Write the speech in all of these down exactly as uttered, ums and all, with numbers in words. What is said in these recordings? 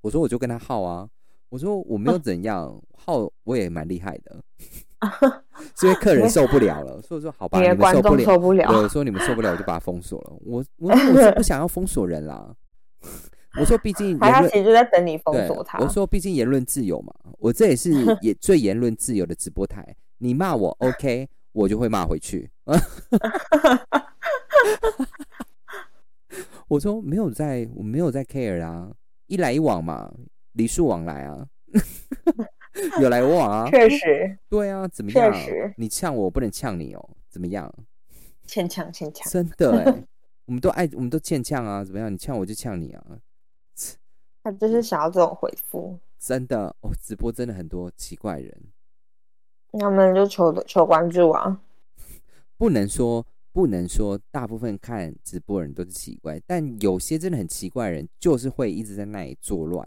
我说我就跟他耗啊，我说我没有怎样，耗我也蛮厉害的。是因为客人受不了了，所以我说好吧， 你的观众受不了。 对，我说你们受不了，我就把他封锁了。我我我是不想要封锁人啦。我说毕竟他其实就在等你封锁他。 我说毕竟言论自由嘛，我这也是也最言论自由的直播台。你骂我 OK， 我就会骂回去。我说没有在，我没有在 care 啊，一来一往嘛，礼数往来啊。有来往啊， 确实， 对啊，怎么样？ 确实， 你呛我，我不能呛你哦，怎么样？ 欠呛，欠呛， 真的哎、欸，我们都爱，我们都欠呛啊，怎么样？你呛我就呛你啊。 他就是想要这种回复。 真的哦，直播真的很多奇怪人， 他们就求求关注啊。 不能说不能说大部分看直播的人都是奇怪，但有些真的很奇怪的人，就是会一直在那里作乱。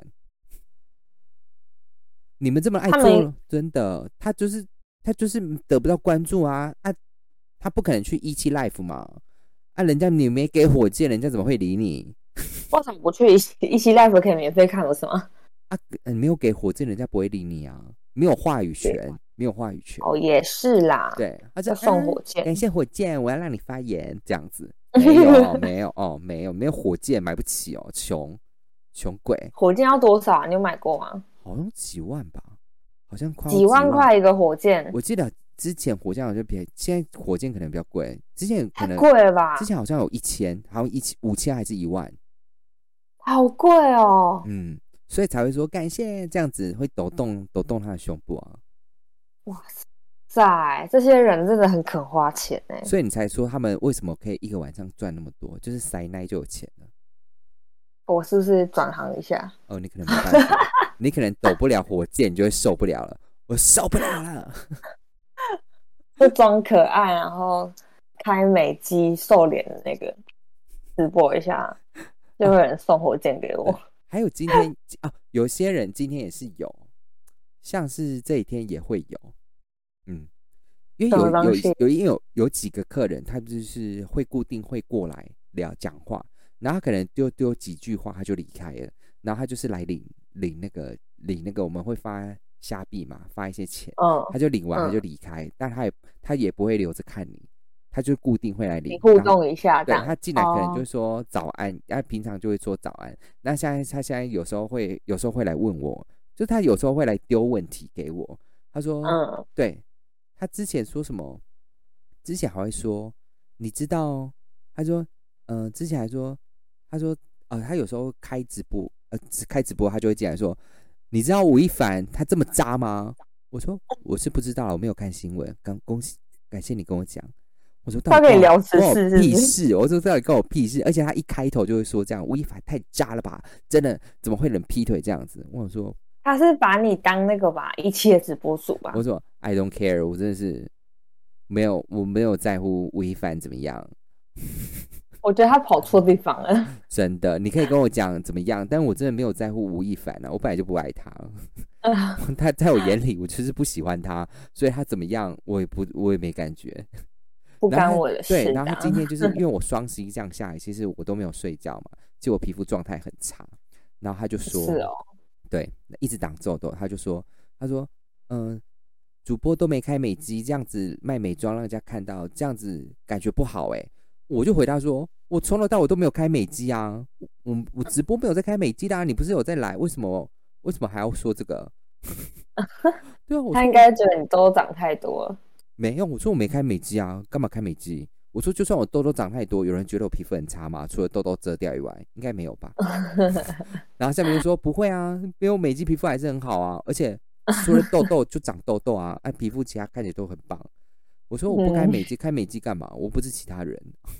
你们这么爱做，真的，他就是他就是得不到关注啊啊！他不可能去一期 live 嘛啊！人家你没给火箭，人家怎么会理你？ 为什么不去一期一期 live 可以免费看，不是吗？ 啊，你没有给火箭，人家不会理你啊！没有话语权，没有话语权。 哦，也是啦。 对，他就送火箭、 啊，感谢火箭，我要让你发言，这样子。没有，没有哦，没有，没有火箭买不起哦，穷穷鬼。 火箭要多少啊？你有买过吗？ 好像几万吧。好像快几万块一个火箭， 我记得之前火箭好像便宜，现在火箭可能比较贵。之前可能太贵了吧？ 之前好像有一千，好像一千五千还是一万， 好贵哦。 嗯，所以才会说感谢这样子会抖动抖动他的胸部啊。 哇塞，这些人真的很肯花钱哎。 所以你才说他们为什么可以一个晚上赚那么多，就是塞奶就有钱了。 我是不是转行一下？ 哦，你可能没办法。你可能抖不了火箭，你就会受不了了。我受不了了， 就装可爱，然后开美肌瘦脸的那个直播一下，就会有人送火箭给我。 还有今天啊，有些人今天也是有，像是这几天也会有，嗯，因为有有有因为有有几个客人，他就是会固定会过来聊讲话，然后他可能丢丢几句话他就离开了，然后他就是来领。领那个领那个我们会发虾币嘛，发一些钱， 嗯， 他就领完他就离开，嗯、但他也他也不会留着看你，他就固定会来领， 你互动一下， 对，他进来可能就说早安，他、哦、平常就会说早安，那现在他现在有时候会有时候会来问我，就他有时候会来丢问题给我，他说，嗯，对，他之前说什么，之前还会说，你知道，他说，嗯、呃，之前还说，他说，呃，他有时候开直播。呃，开直播他就会进来说：“你知道吴亦凡他这么渣吗？”我说：“我是不知道，我没有看新闻。刚恭喜，感谢你跟我讲。”我说：“ 他跟你聊时事是屁事！”我说：“到底跟我屁事！”而且他一开头就会说：“这样，吴亦凡太渣了吧？真的怎么会能劈腿这样子？”我说：“ 他是把你当那个吧，一期的直播主吧？” 我说 ：“I don't care， 我真的是没有，我没有在乎吴亦凡怎么样。” 我觉得他跑错地方了， 真的，你可以跟我讲怎么样，但我真的没有在乎吴亦凡啊，我本来就不爱他，他在我眼里我就是不喜欢他，所以他怎么样我也不我也没感觉， 不干我的事。 对，然后他今天就是因为我双十一这样下来，其实我都没有睡觉嘛，其实我皮肤状态很差，然后他就说， 是哦， 对，一直长痘痘，他就说，他说，嗯、呃，主播都没开美肌，这样子卖美妆让人家看到，这样子感觉不好哎、欸。我就回答说，我从头到尾都没有开美肌啊，我我直播没有在开美肌的啊，你不是有在来，为什么为什么还要说这个？对啊，我他应该觉得你痘痘长太多了。 没有，我说我没开美肌啊，干嘛开美肌？我说就算我痘痘长太多，有人觉得我皮肤很差吗？除了痘痘遮掉以外，应该没有吧？然后下面就说不会啊，没有美肌皮肤还是很好啊，而且除了痘痘就长痘痘啊，哎，皮肤其他看起来都很棒。我说我不开美肌，嗯、开美肌干嘛？我不是其他人。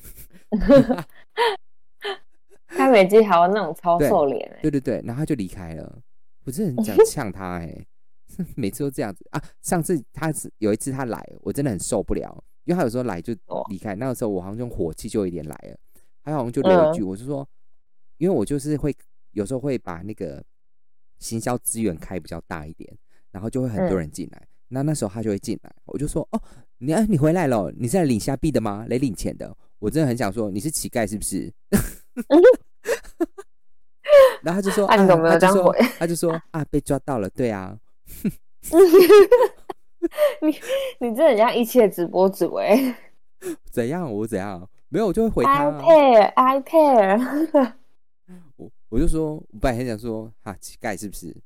开美肌还有那种超瘦脸、欸， 对对对，然后他就离开了。我真的很想呛他哎、欸，每次都这样子啊。上次他有一次他来，我真的很受不了，因为他有时候来就离开，那个时候我好像用火气就有一点来了，他好像就留一句，嗯、我就说，因为我就是会有时候会把那个行销资源开比较大一点，然后就会很多人进来。嗯那那时候他就会进来，我就说哦，你啊你回来了，你是来领虾币的吗？来领钱的。我真的很想说你是乞丐是不是？ 然后他就说， 啊，你怎么没有这样回？ 他就说啊，被抓到了，对啊。 你你这很像一切直播主哎。 怎样？我怎样？没有，我就会回他、啊。 I pair, I pair 我我就说，我本来很想说，哈，乞丐是不是？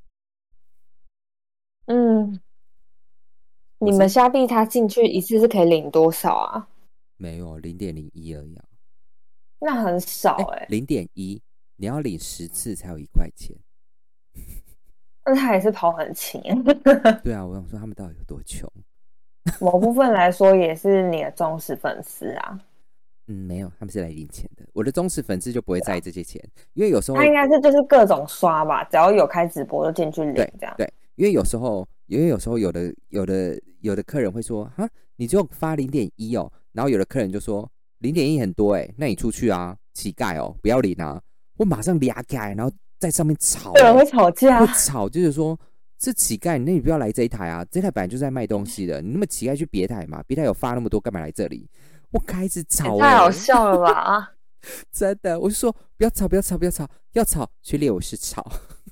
嗯，你们虾币他进去一次是可以领多少啊？ 没有，零点零一而已、啊。 那很少哎、欸。 零点一，你要领十次才有一块钱。 那他也是跑很勤。 对啊，我想说他们到底有多穷？ 某部分来说也是你的忠实粉丝啊。 嗯，没有，他们是来领钱的。我的忠实粉丝就不会在意这些钱，因为有时候他应该是就是各种刷吧，只要有开直播就进去领这样。 对，对，因为有时候，因为有时候有的有的有的客人会说，哈，你就发零点一哦，然后有的客人就说零点一很多哎，那你出去啊，乞丐哦，不要领啊。我马上俩开，然后在上面吵、欸， 对，会吵架， 会吵，就是说这乞丐，那你不要来这一台啊，这台本来就是在卖东西的，你那么乞丐去别台嘛，别台有发那么多，干嘛来这里？我开始吵、欸， 太好笑了吧！ 真的，我就说不要吵，不要吵，不要吵，要吵去猎我是吵。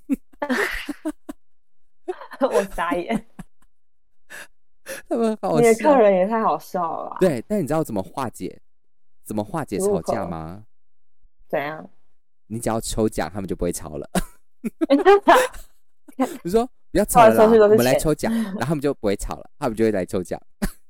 我傻眼， 他们好笑， 你的客人也太好笑了吧？ 对，但你知道怎么化解怎么化解吵架吗？ 怎样？ 你只要抽奖，他们就不会吵了。我说不要吵了啦，我们来抽奖，然后他们就不会吵了，他们就会来抽奖。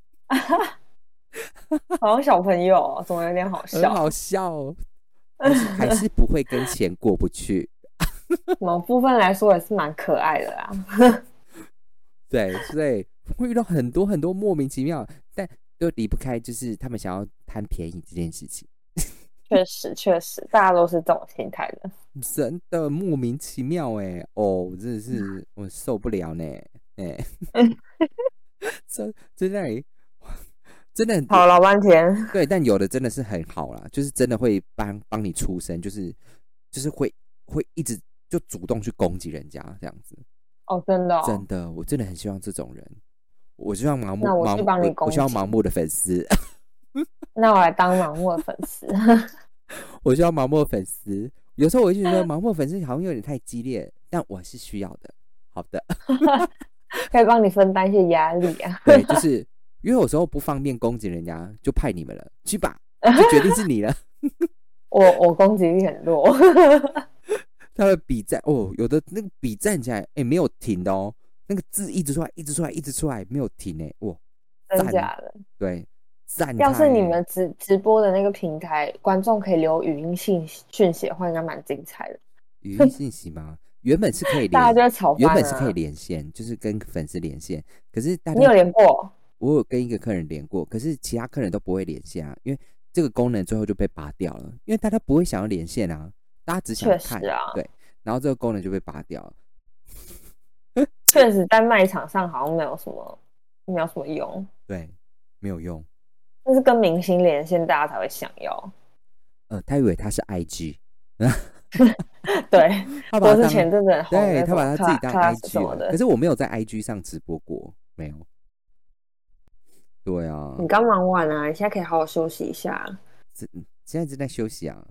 好像小朋友、哦，怎么有点好笑？ 很好笑、哦，还是不会跟钱过不去。 某部分来说也是蛮可爱的啦。 对，所以会遇到很多很多莫名其妙，但都离不开就是他们想要贪便宜这件事情。 确实，确实，大家都是这种心态的。 真的莫名其妙哎，哦，真的是我受不了呢，哎，真真的真的很好老半天。 对，但有的真的是很好啦，就是真的会帮帮你出声，就是就是会会一直就主动去攻击人家这样子。 哦，真的、哦， 真的，我真的很希望这种人，我希望盲目， 那我去帮你攻击， 我希望盲目的粉丝。 那我来当盲目的粉丝。 我需要盲目的粉丝，有时候我就觉得盲目的粉丝好像有点太激烈，但我是需要的。好的， 可以帮你分担一些压力啊。 对，就是因为有时候不方便攻击人家，就派你们了，去吧，就决定是你了。 我我攻击力很弱。 他们比战哦，有的那个比战起来，哎、欸，没有停的哦，那个字一直出来，一直出来，一直出来，没有停哎，哇， 真假的？ 对。 要是你们直直播的那个平台，观众可以留语音信讯息的话，应该蛮精彩的。 语音信息吗？原本是可以连， 大家就会吵翻啊。 原本是可以连线，就是跟粉丝连线。可是大家你有连过？ 我有跟一个客人连过，可是其他客人都不会连线啊，因为这个功能最后就被拔掉了，因为大家不会想要连线啊，大家只想看， 啊、 对，然后这个功能就被拔掉了。 确实，在卖场上好像没有什么，没有什么用。 对，没有用。 但是跟明星连线，大家才会想要。 呃，他以为他是 I G， 对， 他把他前阵子很红， 对他把他自己当 I G 了。 可是我没有在 I G 上直播过，没有。对啊， 你刚忙完啊，你现在可以好好休息一下。 现在正在休息啊，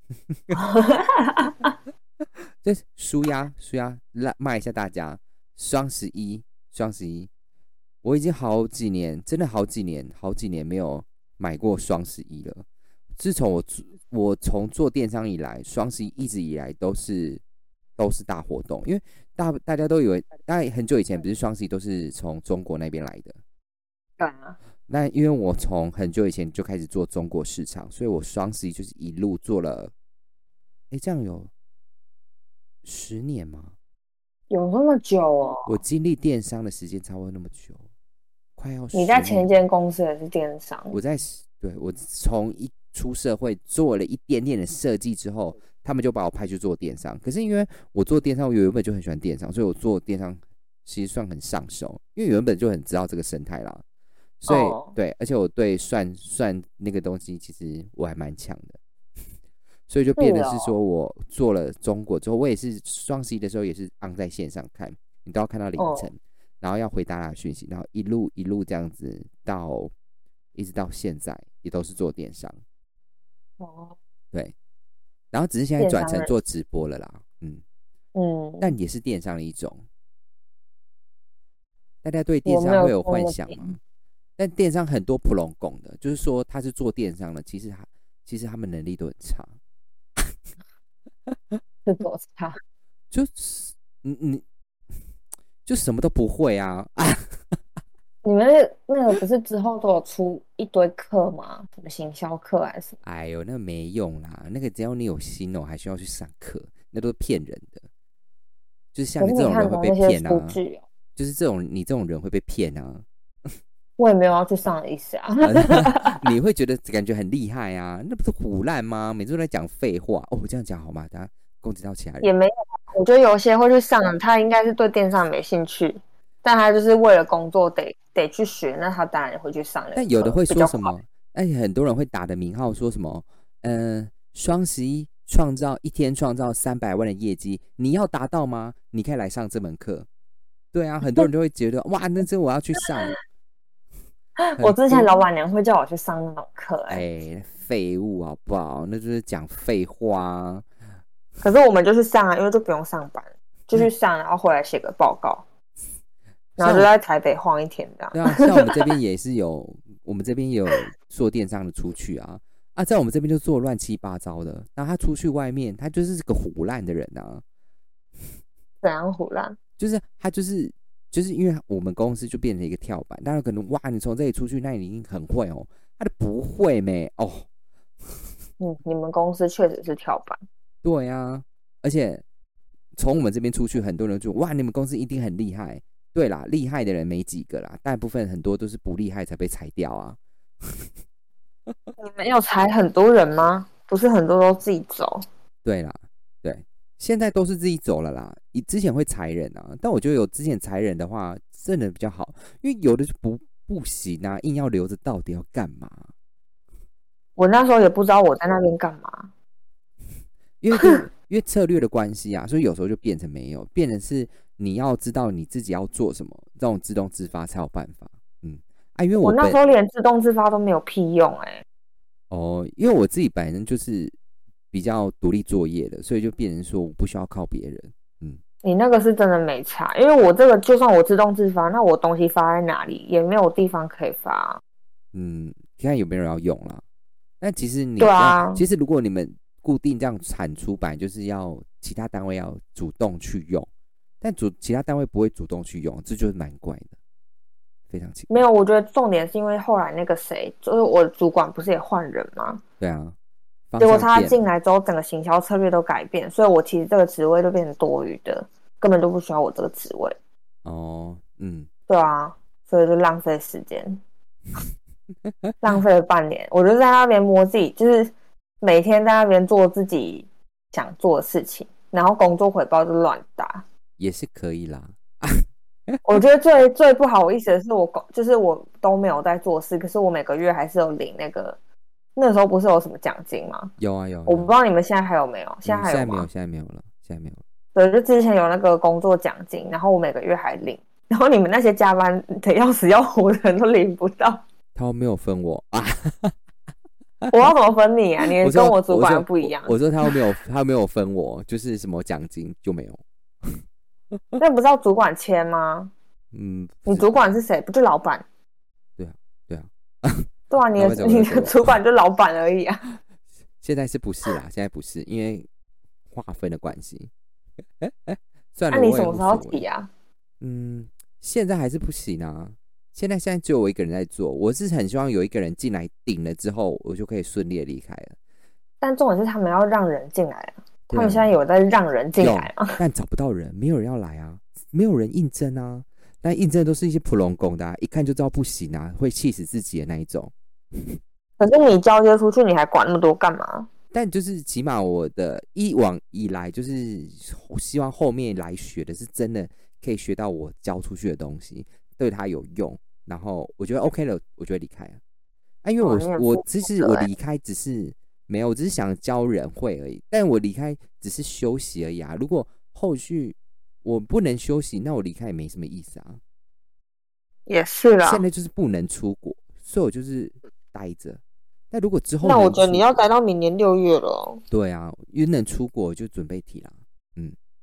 就是舒压舒压，骂一下大家。双十一，双十一。我已经好几年，真的好几年，好几年没有买过双十一了。自从我我从做电商以来，双十一一直以来都是都是大活动，因为大大家都以为，大概很久以前不是双十一都是从中国那边来的。 对啊。 那因为我从很久以前就开始做中国市场，所以我双十一就是一路做了，哎，这样有十年吗？ 有那么久哦？ 我经历电商的时间差不多那么久。快要你在前一间公司也是电商？ 我在对我从一出社会做了一点点的设计之后，他们就把我派去做电商。可是因为我做电商，我原本就很喜欢电商，所以我做电商其实算很上手，因为原本就很知道这个生态啦。所以、oh. 对，而且我对算算那个东西，其实我还蛮强的。所以就变得是说我做了中国之后，我也是双十一的时候也是 on 在线上看，你都要看到凌晨。Oh.然后要回答他的讯息，然后一路一路这样子到一直到现在也都是做电商。 哦， 对，然后只是现在转成做直播了啦。嗯， 嗯， 但也是电商的一种。大家对电商会有幻想吗？但电商很多普龙拱的，就是说他是做电商的，其实他其实他们能力都很差。 是多差？ 就是你你就什么都不会啊！ 你们那个不是之后都有出一堆课吗？什么行销课还是什么？ 哎呦，那没用啦，那个只要你有心哦，还需要去上课，那都是骗人的。就是像你这种人会被骗啊， 哦、 就是这种你这种人会被骗啊。 我也没有要去上的意思啊。 你会觉得感觉很厉害啊？那不是唬烂吗？每次都在讲废话哦。我这样讲好吗？大家攻击到其他人也没有。我觉得有些会去上的，他应该是对电商没兴趣，但他就是为了工作得得去学，那他当然也会去上。 但有的会说什么？而且很多人会打的名号说什么？嗯、呃，双十一创造一天创造三百万的业绩，你要达到吗？你可以来上这门课。对啊，很多人就会觉得哇，那这我要去上。 我之前老板娘会叫我去上那种课、欸，哎、 欸，废物好不好？那就是讲废话、啊。 可是我们就去上啊，因为就不用上班，就去上，然后回来写个报告，然后就在台北晃一天这样。 对啊，像我们这边也是有，我们这边也有做电商的出去啊啊，在我们这边就做乱七八糟的，然后他出去外面，他就是个唬烂的人啊。 怎样唬烂？ 就是他就是就是因为我们公司就变成一个跳板，大家可能哇，你从这里出去，那你一定很会哦，他就不会咩哦。 嗯，你们公司确实是跳板。 对啊，而且从我们这边出去，很多人就哇，你们公司一定很厉害。对啦，厉害的人没几个啦，大部分很多都是不厉害才被裁掉啊。 你们有裁很多人吗？不是很多都自己走。 对啦，对，现在都是自己走了啦。你之前会裁人啊，但我觉得有之前裁人的话，真的比较好，因为有的就不不行啊，硬要留着，到底要干嘛？ 我那时候也不知道我在那边干嘛。 因为因为策略的关系啊，所以有时候就变成没有，变成是你要知道你自己要做什么，这种自动自发才有办法。嗯啊，因为 我, 我那时候连自动自发都没有屁用哎、欸。 哦，因为我自己本身就是比较独立作业的，所以就变成说我不需要靠别人。嗯， 你那个是真的没差，因为我这个就算我自动自发，那我东西发在哪里也没有地方可以发。 嗯，看有没有人要用啦。但其实你对啊， 其实如果你们固定这样产出版，就是要其他单位要主动去用，但主其他单位不会主动去用，这就是蛮怪的，非常奇怪。 没有，我觉得重点是因为后来那个谁，就是我的主管不是也换人吗？ 对啊， 结果他进来之后，整个行销策略都改变，所以我其实这个职位就变成多余的，根本就不需要我这个职位。 哦，嗯， 对啊，所以就浪费时间。浪费了半年，我就在那边摸自己，就是每天在那边做自己想做的事情，然后工作回报就乱打， 也是可以啦。 我觉得最最不好意思的是我，就是我都没有在做事，可是我每个月还是有领那个，那时候不是有什么奖金吗？ 有啊有啊， 我不知道你们现在还有没有，现在还有吗？ 嗯、现在没有，现在没有了，现在没有了。 对，就之前有那个工作奖金，然后我每个月还领，然后你们那些加班的要死要活的人都领不到。 他没有分我啊！ 我要怎么分你啊？你跟我主管不一样。 我 说, 我说他没有，他没有分我，就是什么奖金就没有。 那不是要主管签吗？ 嗯， 你主管是谁？不就老板？ 对啊，对啊， 对啊，你的你的主管就老板而已啊。 现在是不是啦？现在不是，因为划分的关系。算了， 那你什么时候提啊？ 嗯，现在还是不行啊。现在现在只有我一个人在做，我是很希望有一个人进来顶了之后，我就可以顺利的离开了。 但重点是他们要让人进来啊，他们现在有在让人进来吗？ 但找不到人，没有人要来啊，没有人应征啊。但应征都是一些普龙工的、啊，一看就知道不行啊，会气死自己的那一种。 可是你交接出去，你还管那么多干嘛？ 但就是起码我的以往以来，就是希望后面来学的是真的可以学到我教出去的东西，对他有用。然后我觉得 OK 了，我就会离开了。啊，因为我、哦、我其实我离开只是没有，我只是想教人会而已。但我离开只是休息而已啊。如果后续我不能休息，那我离开也没什么意思啊。 也是啦。 现在就是不能出国，所以我就是待着。那如果之后， 那我觉得你要待到明年六月了。 对啊，因为能出国就准备提啦。嗯，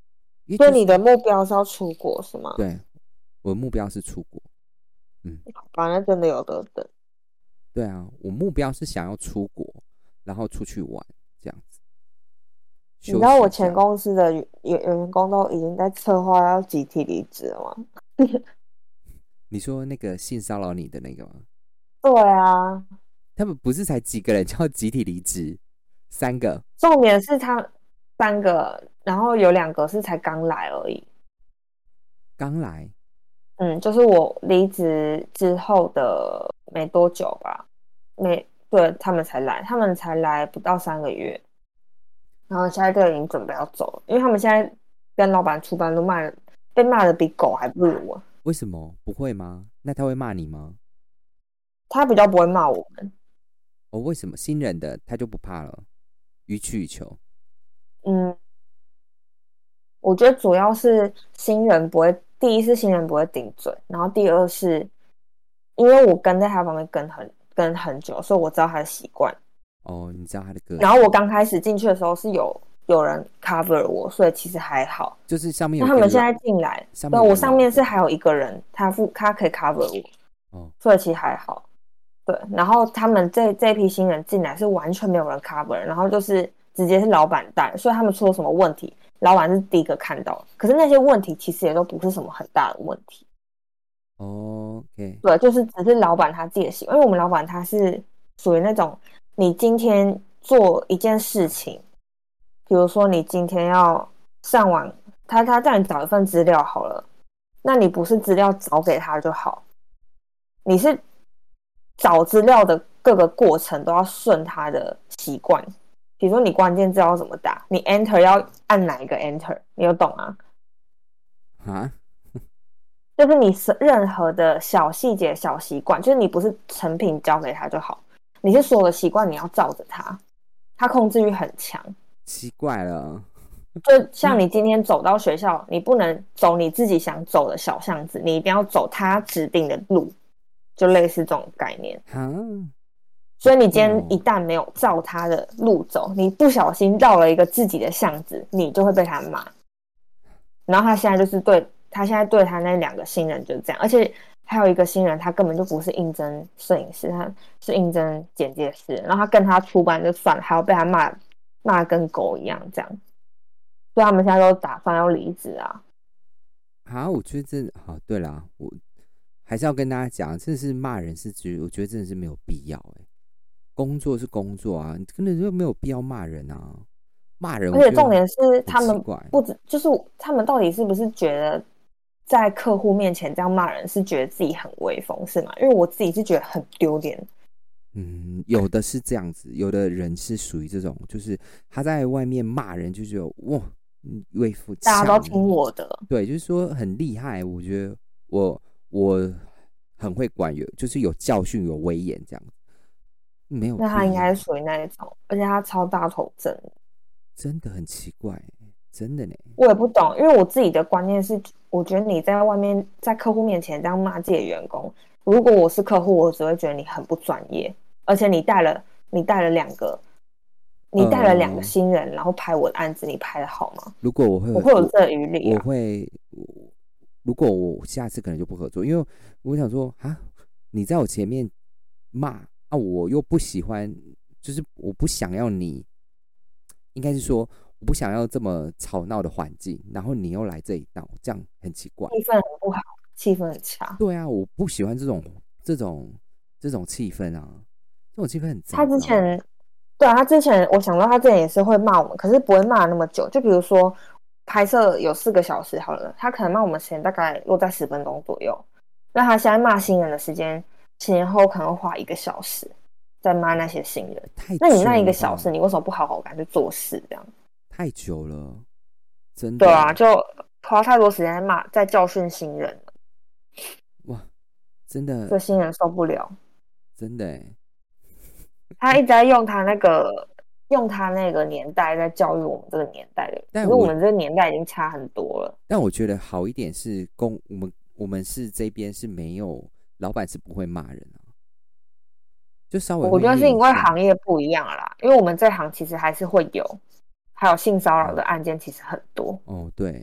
所以你的目标是要出国是吗？ 对，我的目标是出国。嗯， 反正真的有得等。 对啊，我目标是想要出国，然后出去玩这样子。 你知道我前公司的员工都已经在策划要集体离职了吗？ 你说那个性骚扰你的那个吗？ 对啊， 他们不是才几个人就要集体离职？三个。 重点是他三个，然后有两个是才刚来而已。 刚来？ 嗯，就是我离职之后的没多久吧，没对他们才来，他们才来不到三个月。然后现在就已经准备要走了，因为他们现在跟老板出班都骂，被骂的比狗还不如啊。 为什么？不会吗？那他会骂你吗？ 他比较不会骂我们。 哦，为什么？新人的他就不怕了，予取予求。 嗯，我觉得主要是新人不会，第一是新人不会顶嘴，然后第二是因为我跟在他旁边跟很跟很久，所以我知道他的习惯。 哦，你知道他的个性。 然后我刚开始进去的时候是有有人 cover 我，所以其实还好。 就是上面有。 那他们现在进来，对，我上面是还有一个人，他付他可以 cover 我，哦，所以其实还好。对，然后他们这这批新人进来是完全没有人 cover， 然后就是直接是老板带，所以他们出了什么问题，老板是第一个看到。可是那些问题其实也都不是什么很大的问题。 哦 ，OK。 对，就是只是老板他自己的习惯，因为我们老板他是属于那种。你今天做一件事情，比如说你今天要上网，他他叫你找一份资料好了，那你不是资料找给他就好，你是找资料的各个过程都要顺他的习惯。比如说你关键字要怎么打，你 enter 要按哪一个 enter， 你有懂啊？ 啊？ 就是你任何的小细节、小习惯，就是你不是成品交给他就好。你是所有的习惯你要照着他，他控制欲很强。 奇怪了， 就像你今天走到学校，你不能走你自己想走的小巷子，你一定要走他指定的路，就类似这种概念。 嗯， 所以你今天一旦没有照他的路走，你不小心绕了一个自己的巷子，你就会被他骂。然后他现在就是对他现在对他那两个新人就是这样，而且。还有一个新人，他根本就不是应征摄影师，他是应征剪接师。然后他跟他出班就算了，还要被他骂骂跟狗一样，这样。所以他们现在都打算要离职啊。 好，我觉得这好。对啦，我还是要跟大家讲，真的是骂人是觉得，我觉得真的是没有必要哎、欸。工作是工作啊，你根本就没有必要骂人啊，骂人。 而且重点是他们不止，就是他们到底是不是觉得？在客户面前这样骂人是觉得自己很威风是吗？因为我自己是觉得很丢脸。 嗯，有的是这样子，有的人是属于这种，就是他在外面骂人就觉得哇，威风， 大家都听我的。 对，就是说很厉害。我觉得我我很会管，有就是有教训有威严这样。没有， 那他应该是属于那一种，而且他超大头症， 真的很奇怪。真的呢， 我也不懂，因为我自己的观念是，我觉得你在外面在客户面前这样骂自己的员工，如果我是客户，我只会觉得你很不专业，而且你带了你带了两个，你带了两个新人，呃、然后拍我的案子，你拍的好吗？ 如果我会， 我会有这个余力、 啊，我会，如果我下次可能就不合作，因为我想说啊，你在我前面骂啊，我又不喜欢，就是我不想要你，应该是说。我不想要这么吵闹的环境，然后你又来这里闹，这样很奇怪， 气氛很不好，气氛很差。 对啊，我不喜欢这种这种这种气氛啊，这种气氛很糟。 他之前，对啊，他之前我想到他之前也是会骂我们，可是不会骂那么久。就比如说拍摄有四个小时好了，他可能骂我们时间大概落在十分钟左右，那他现在骂新人的时间前后可能会花一个小时在骂那些新人。那你那一个小时，你为什么不好好赶去做事这样？ 太久了，真的。 对啊，就花太多时间在骂，在教训新人了。 哇，真的， 这新人受不了。 真的耶， 他一直在用他那个用他那个年代在教育我们这个年代的，但可是我们这个年代已经差很多了。 但我觉得好一点是公我们我们是这边是没有老板是不会骂人啊，就稍微我觉得是因为行业不一样啦，因为我们这行其实还是会有。还有性骚扰的案件其实很多哦，对，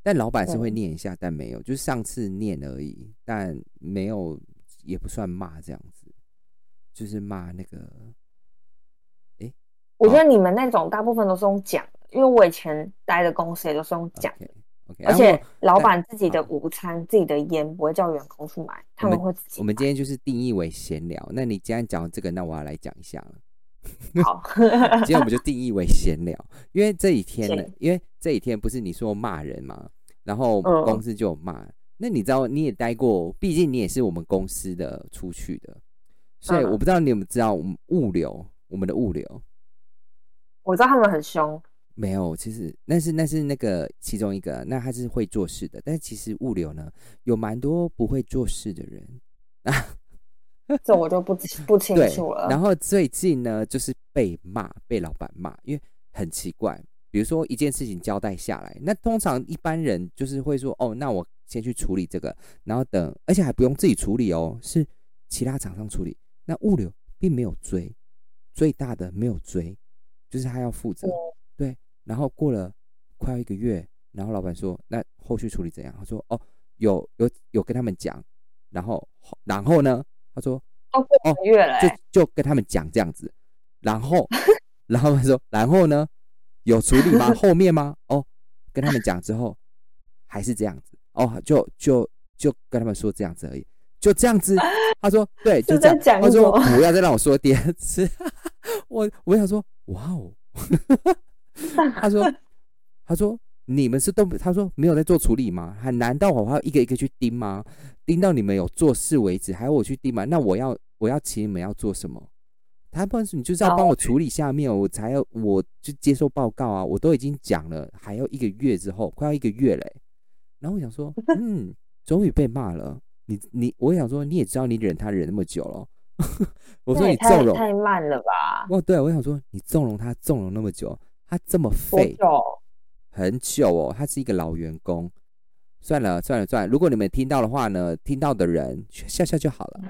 但老板是会念一下，嗯、但没有，就是上次念而已，但没有，也不算骂这样子，就是骂那个，哎， 我觉得你们那种大部分都是用讲的，因为我以前待的公司也都是用讲的。 Okay, okay, 而且老板自己的午餐、自己的烟不会叫员工去买，他们会自己买。 我们今天就是定义为闲聊。那你既然讲这个，那我要来讲一下了。 好， 今天我们就定义为闲聊，因为这几天呢，因为这几天不是你说骂人嘛，然后公司就有骂。嗯、那你知道你也待过，毕竟你也是我们公司的出去的，所以我不知道你有没有知道我们物流，我们的物流， 我知道他们很凶。 没有，其实那是那是那个其中一个，那他是会做事的，但是其实物流呢有蛮多不会做事的人啊， 这我就不不清楚了。 然后最近呢，就是被骂，被老板骂，因为很奇怪，比如说一件事情交代下来，那通常一般人就是会说，哦，那我先去处理这个，然后等，而且还不用自己处理哦，是其他厂商处理。那物流并没有追，最大的没有追，就是他要负责。嗯对，然后过了快要一个月，然后老板说：“那后续处理怎样？”他说：“哦，有有有跟他们讲，然后然后呢？”他说：“ 哦，过一个月了、 欸，就就跟他们讲这样子，然后然后他说，然后呢？有处理吗？后面吗？哦，跟他们讲之后还是这样子，哦，就就就跟他们说这样子而已，就这样子。”他说：“对，就这样。”他说：“不要再让我说第二次。”我我想说，哇哦。他说：“他说你们是都他说没有在做处理吗？还难道我还要一个一个去盯吗？盯到你们有做事为止，还要我去盯吗？那我要我要请你们要做什么？他不然你就是要帮我处理下面，我才要我就接受报告啊！我都已经讲了，还要一个月之后，快要一个月嘞、欸。然后我想说，嗯，终于被骂了。你你，我想说你也知道你忍他忍那么久了。”我说你纵容太, 太慢了吧？ 哦，对，我想说你纵容他纵容那么久，他这么废，很久哦，他是一个老员工。算了算了算了，如果你们听到的话呢，听到的人笑笑就好了。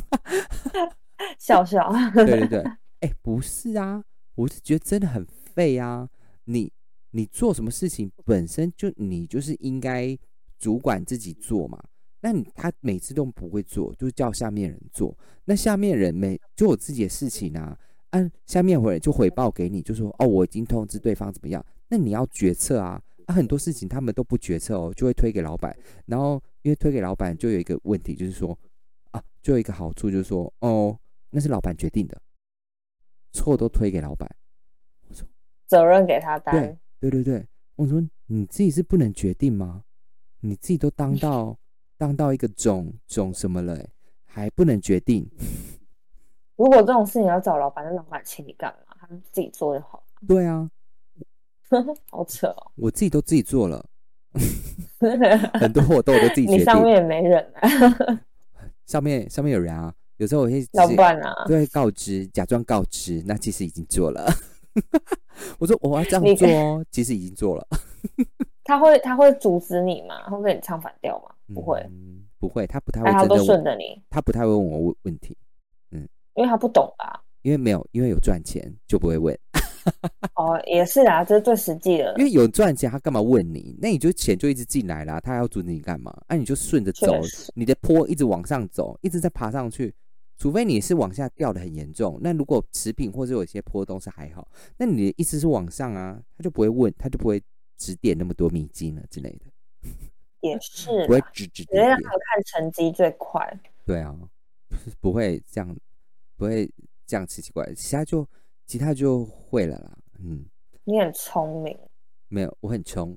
笑笑。 对对对，哎、欸，不是啊，我是觉得真的很废啊。你你做什么事情本身就你就是应该主管自己做嘛。那你他每次都不会做，就是叫下面人做。那下面人没就有自己的事情啊，按、啊、下面回就回报给你，就说哦，我已经通知对方怎么样。那你要决策啊，啊很多事情他们都不决策哦，就会推给老板。然后因为推给老板，就有一个问题，就是说啊，就有一个好处，就是说哦，那是老板决定的，错都推给老板。我说责任给他担。 对对对对，我说你自己是不能决定吗？你自己都当到。当到一个总总什么了、欸，还不能决定。 如果这种事情要找老板，那老板请你干嘛？他们自己做就好。 对啊， 好扯哦！ 我自己都自己做了，很多活动我都自己决定。 你上面也没人啊？ 上面上面有人啊，有时候我会老板啊， 就会告知，假装告知，那其实已经做了。我说我要这样做哦，其实已经做了。 他会他会阻止你吗？会跟你唱反调吗？不会、 嗯，不会，他不太会真的， 他都顺着你， 他不太会问我问题，嗯， 因为他不懂啊， 因为没有，因为有赚钱就不会问。 哦，也是啊，这是最实际的。 因为有赚钱，他干嘛问你？那你就钱就一直进来啦，他还要阻止你干嘛？那、啊、你就顺着走，你的坡一直往上走，一直在爬上去。除非你是往下掉的很严重，那如果持平或者有一些坡都是还好，那你的意思是往上啊，他就不会问，他就不会指点那么多迷津了之类的。 也是， 不会指指点点， 让他看成绩最快。 对啊，不会这样，不会这样奇奇怪怪，其他就其他就会了啦。嗯， 你很聪明。 没有，我很穷。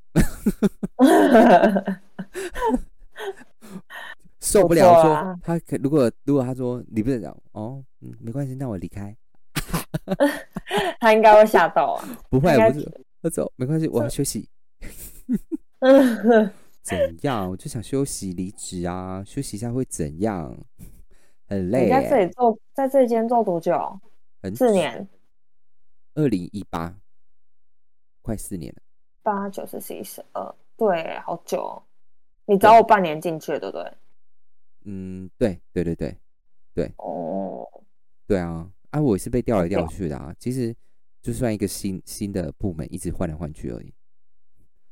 受不了说、啊、他可如果如果他说你不是讲哦，嗯，没关系，那我离开。 他应该会吓到啊。 不会，不是，他走没关系，我要休息。怎样？我就想休息，离职啊，休息一下会怎样？很累、欸。 你在这里做，在这间做多久？四年。 二零一八，快四年了。 八九十十一十二，对，好久、哦。你找我半年进去了，对不对？ 嗯，对对对对对。 哦。 对啊，啊，我也是被调来调去的啊。其实就算一个新新的部门，一直换来换去而已。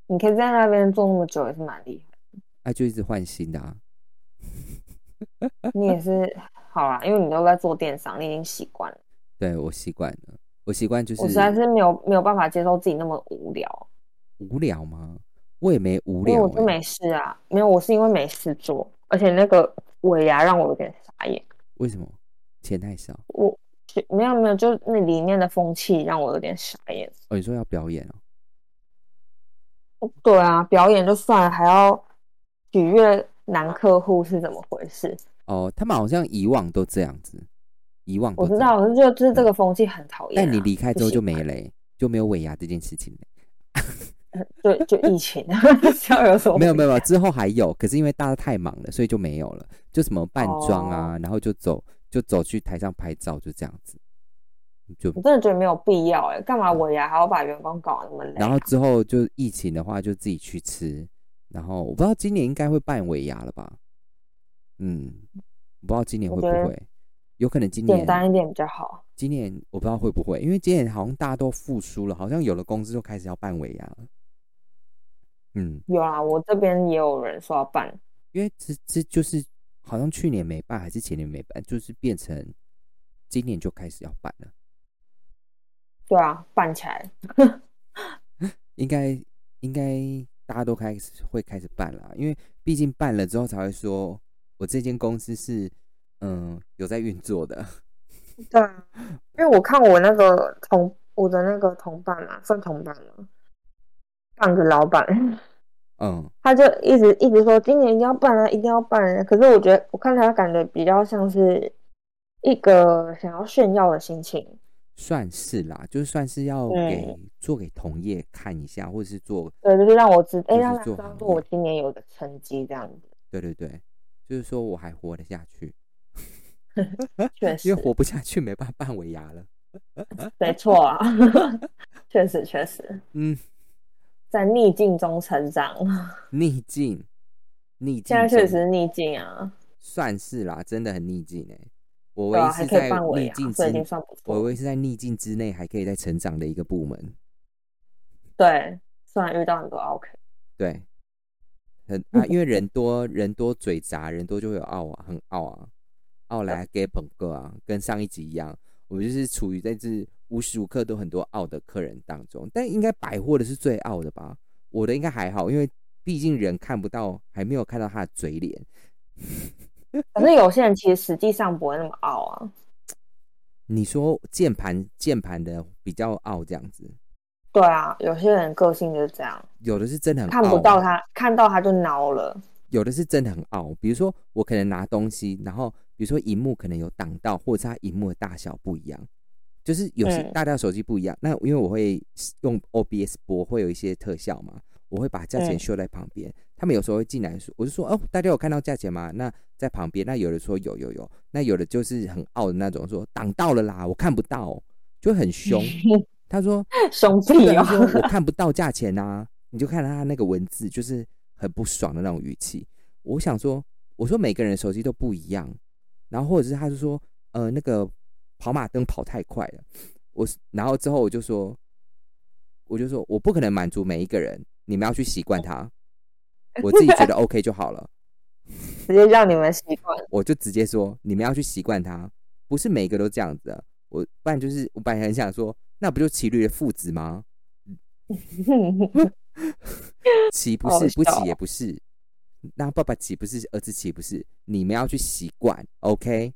你可以在那边做那么久，也是蛮厉害的。 啊，就一直换新的啊。 你也是好啦，因为你都在做电商，你已经习惯了。 对，我习惯了，我习惯就是。 我实在是没有没有办法接受自己那么无聊。 无聊吗？我也没无聊、欸， 因为我就没事啊，没有，我是因为没事做，而且那个尾牙让我有点傻眼。 为什么？钱太少？ 我没有没有，就那里面的风气让我有点傻眼。 哦，你说要表演哦？对啊，表演就算了，还要取悦男客户是怎么回事？ 哦，他们好像以往都这样子，以往我知道，我就觉得就是这个风气很讨厌、啊。 但你离开之后就没了、欸，就没有尾牙这件事情了、 欸。对，就疫情，有什么？ 没有没有，之后还有，可是因为大家太忙了，所以就没有了。就什么扮装啊，哦、然后就走就走去台上拍照，就这样子。就我真的觉得没有必要哎、欸，干嘛尾牙还要把员工搞得那么累、啊？ 然后之后就疫情的话，就自己去吃。然后我不知道今年应该会办尾牙了吧？嗯，我不知道今年会不会，有可能今年简单一点比较好。 今年我不知道会不会，因为今年好像大家都复苏了，好像有的公司就开始要办尾牙了。嗯， 有啊，我这边也有人说要办， 因为这这就是好像去年没办，还是前年没办，就是变成今年就开始要办了。 对啊，办起来应该应该大家都开始会开始办了，因为毕竟办了之后才会说，我这间公司是嗯有在运作的。 对啊，因为我看我那个同我的那个同伴嘛，算同伴嘛，半个老板， 嗯， 他就一直一直说今年一定要办啊，一定要办啊。可是我觉得我看他感觉比较像是一个想要炫耀的心情。 算是啦，就算是要给、嗯、做给同业看一下，或者是做对，就是让我知，哎、欸，让他知道说我今年有个成绩这样子。 对对对，就是说我还活得下去。 确实， 因为活不下去，没办法办尾牙了。 没错啊，确实确实，嗯，在逆境中成长。 逆境，逆境， 现在确实是逆境啊， 算是啦，真的很逆境哎、欸。我唯一是在逆境之内， 啊、 我唯一是在逆境之内还可以再成长的一个部门。 对，虽然遇到很多 OK。 对，很啊，因为人多人多嘴杂，人多就会有傲啊，很傲啊，傲来给捧个啊，跟上一集一样，我就是处于在这无时无刻都很多傲的客人当中。但应该百货的是最傲的吧？我的应该还好，因为毕竟人看不到，还没有看到他的嘴脸。 可是有些人其实实际上不会那么傲啊。 你说键盘键盘的比较傲这样子？ 对啊，有些人个性就是这样。 有的是真的很傲， 看不到他，看到他就挠了。 有的是真的很傲，比如说我可能拿东西，然后比如说萤幕可能有挡到，或者是它萤幕的大小不一样，就是有些大家手机不一样。嗯、那因为我会用 O B S 播，会有一些特效嘛，我会把价钱秀在旁边。嗯、他们有时候会进来说，我就说哦，大家有看到价钱吗？那在旁边，那有的说有有有，那有的就是很傲的那种，说挡到了啦，我看不到，就很凶。他说凶屁哦，他说我看不到价钱啊，你就看到他那个文字，就是很不爽的那种语气。我想说，我说每个人的手机都不一样，然后或者是他就说，呃，那个跑马灯跑太快了，我然后之后我就说，我就说我不可能满足每一个人，你们要去习惯它，我自己觉得 OK 就好了， 直接让你们习惯， 我就直接说你们要去习惯它，不是每个都这样子的，我不然就是我本来很想说。那不就骑驴的父子吗？骑不是，不骑也不是。那爸爸骑不是，儿子骑不是。你们要去习惯 ，OK？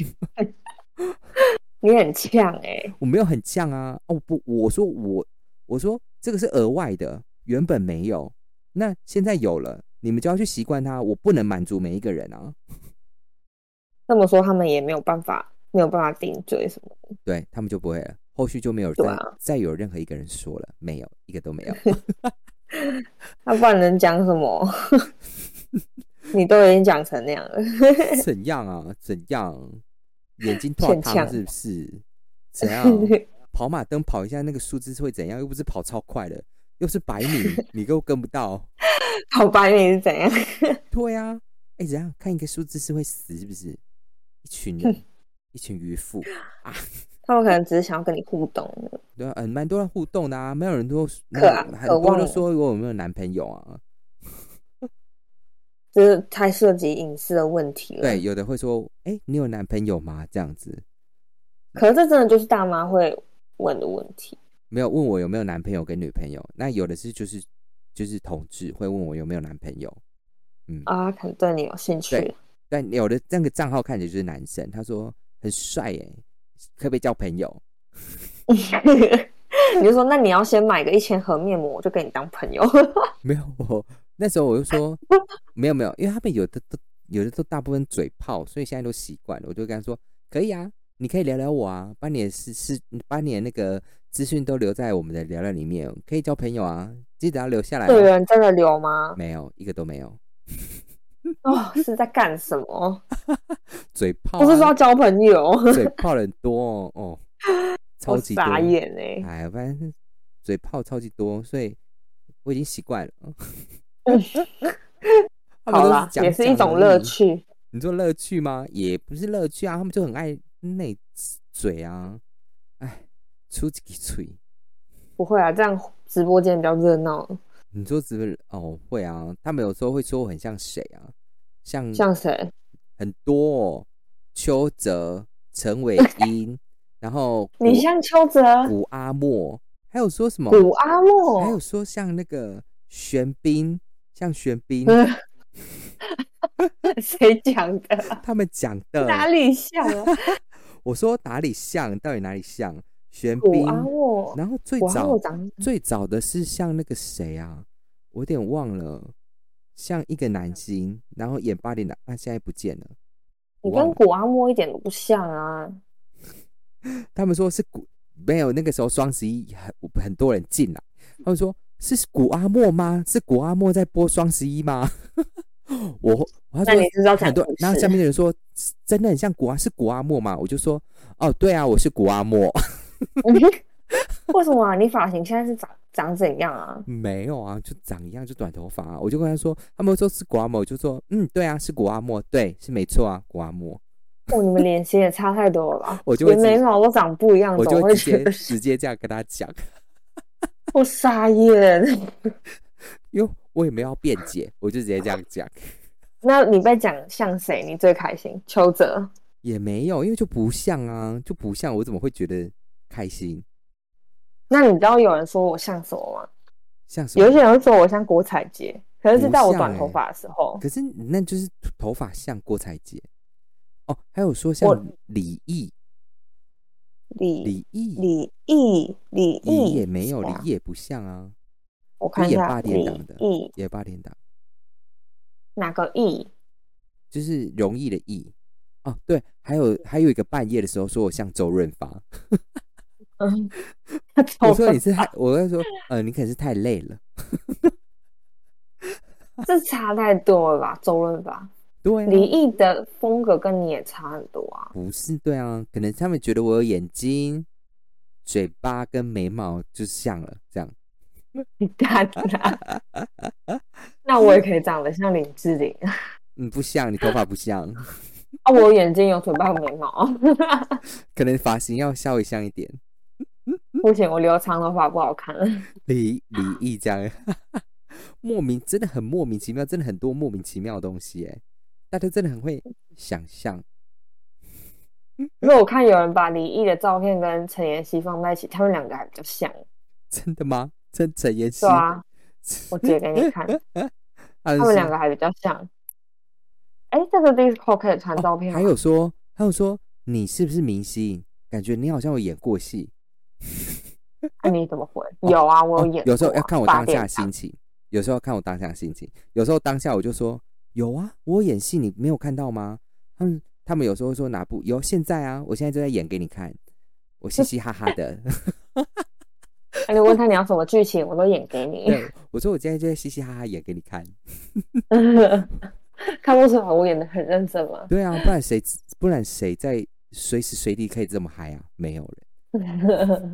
你很呛哎、欸！ 我没有很呛啊！哦不，我说我，我说这个是额外的，原本没有，那现在有了，你们就要去习惯它。我不能满足每一个人啊。 这么说，他们也没有办法，没有办法顶嘴什么的。 对他们就不会了。后续就没有再、啊、再有任何一个人说了，没有一个都没有。 那不然能讲什么？你都已经讲成那样了。 怎样啊？怎样？眼睛断汤是不是？怎样？跑马灯跑一下，那个数字会怎样？又不是跑超快的，又是百米，你都跟不到。 跑百米是怎样？ 对啊，哎、欸，怎样？看一个数字是会死，是不是？一群人，一群渔夫啊！ 他们可能只是想要跟你互动。 对啊，嗯，蛮多人互动的啊，没有人都可啊， 很多人都说我有没有男朋友啊？ 就是太涉及隐私的问题了。 对，有的会说，哎、欸，你有男朋友吗？这样子。 可是这真的就是大妈会问的问题。 没有问我有没有男朋友跟女朋友，那有的是就是就是同志会问我有没有男朋友。嗯啊，可能对你有兴趣。 对，但有的那个账号看起来就是男生，他说很帅耶，可不可以交朋友？ 你就说那你要先买个一千盒面膜，我就跟你当朋友。 没有，我那时候我就说没有没有，因为他们有的都有的都大部分嘴炮，所以现在都习惯了。我就跟他说可以啊，你可以聊聊我啊，把你的是是把你的那个资讯都留在我们的聊聊里面，可以交朋友啊，记得要留下来、哦。 有人真的留吗？ 没有，一个都没有。 哦，是在干什么？ 嘴炮、啊， 不是说要交朋友， 嘴炮很多哦，哦超级多， 我傻眼哎、 欸！哎，反正嘴炮超级多，所以我已经习惯了。 好啦，也是一种乐趣。 你说乐趣吗？也不是乐趣啊，他们就很爱内嘴啊，哎，出几嘴。 不会啊，这样直播间比较热闹。 你说直播哦，会啊，他们有时候会说我很像谁啊？像像谁？ 很多哦，邱泽、陈伟英。然后你像邱泽、 古阿莫，还有说什么？ 古阿莫， 还有说像那个玄彬，像玄彬， 谁讲的？ 他们讲的哪里像啊？ 我说哪里像？到底哪里像？玄彬， 古阿莫， 然后最早最早的是像那个谁啊？我有点忘了，像一个男星，然后演八点档，他现在不见了。 你跟古阿莫一点都不像啊！ 他们说是古没有那个时候双十一很很多人进来，他们说是古阿莫吗？是古阿莫在播双十一吗？我他说那你知道很多，然后下面的人说真的很像古阿是古阿莫吗？我就说哦对啊，我是古阿莫。 为什么啊？你发型现在是长长怎样啊？ 没有啊，就长一样，就短头发啊。我就跟他说，他们说是古阿莫，我就说嗯对啊，是古阿莫，对，是没错啊，古阿莫。 哦，你们脸型也差太多了吧？ 我就连眉毛都长不一样， 我就会直接直接这样跟他讲。 我傻眼， 因为我也没有要辩解，我就直接这样讲。 那你被讲像谁？你最开心？邱泽也没有，因为就不像啊，就不像，我怎么会觉得开心？ 那你知道有人说我像什么吗？ 像什么？ 有一些人会说我像郭采洁，可是是在我短头发的时候。 欸、可是那就是头发像郭采洁。哦，还有说像李毅， 李李毅， 李毅，李毅也没有，李毅也不像啊。 我看一下， 演八点档的， 毅演八点档， 哪个毅？ 就是容易的易。哦，对，还有还有一个半夜的时候说我像周润发。 嗯， 我说你是太，我会说呃，你可能是太累了。 这差太多了吧，周润发。 对、啊， 李毅的风格跟你也差很多啊。 不是，对啊，可能他们觉得我有眼睛、嘴巴跟眉毛就像了，这样。 你干啦？那我也可以长得像林志玲。 嗯，不像，你头发不像。 啊，我有眼睛，有嘴巴，有眉毛。 可能发型要稍微像一点。 不行，我留长头发不好看。 李李毅这样，莫名真的很莫名其妙，真的很多莫名其妙的东西哎。大家真的很会想象。 因为我看有人把李毅的照片跟陈妍希放在一起，他们两个还比较像。 真的吗？真陈妍希？ 对啊，我截给你看，他们两个还比较像。哎，这个 Discord 可以传照片吗？ 哦？还有说，还有说，你是不是明星？感觉你好像有演过戏。 那、啊、你怎么回？哦、有啊，我有演、啊哦。 有时候要看我当下的心情，有时候看我当下的心情，有时候当下我就说。有啊，我演戏，你没有看到吗？他们他们有时候说哪部有？现在啊，我现在就在演给你看，我嘻嘻哈哈的。 那你问他你要什么剧情，我都演给你。 对，我说我现在就在嘻嘻哈哈演给你看。 看不出来我演的很认真吗？ 对啊，不然谁不然谁在随时随地可以这么嗨啊？没有人。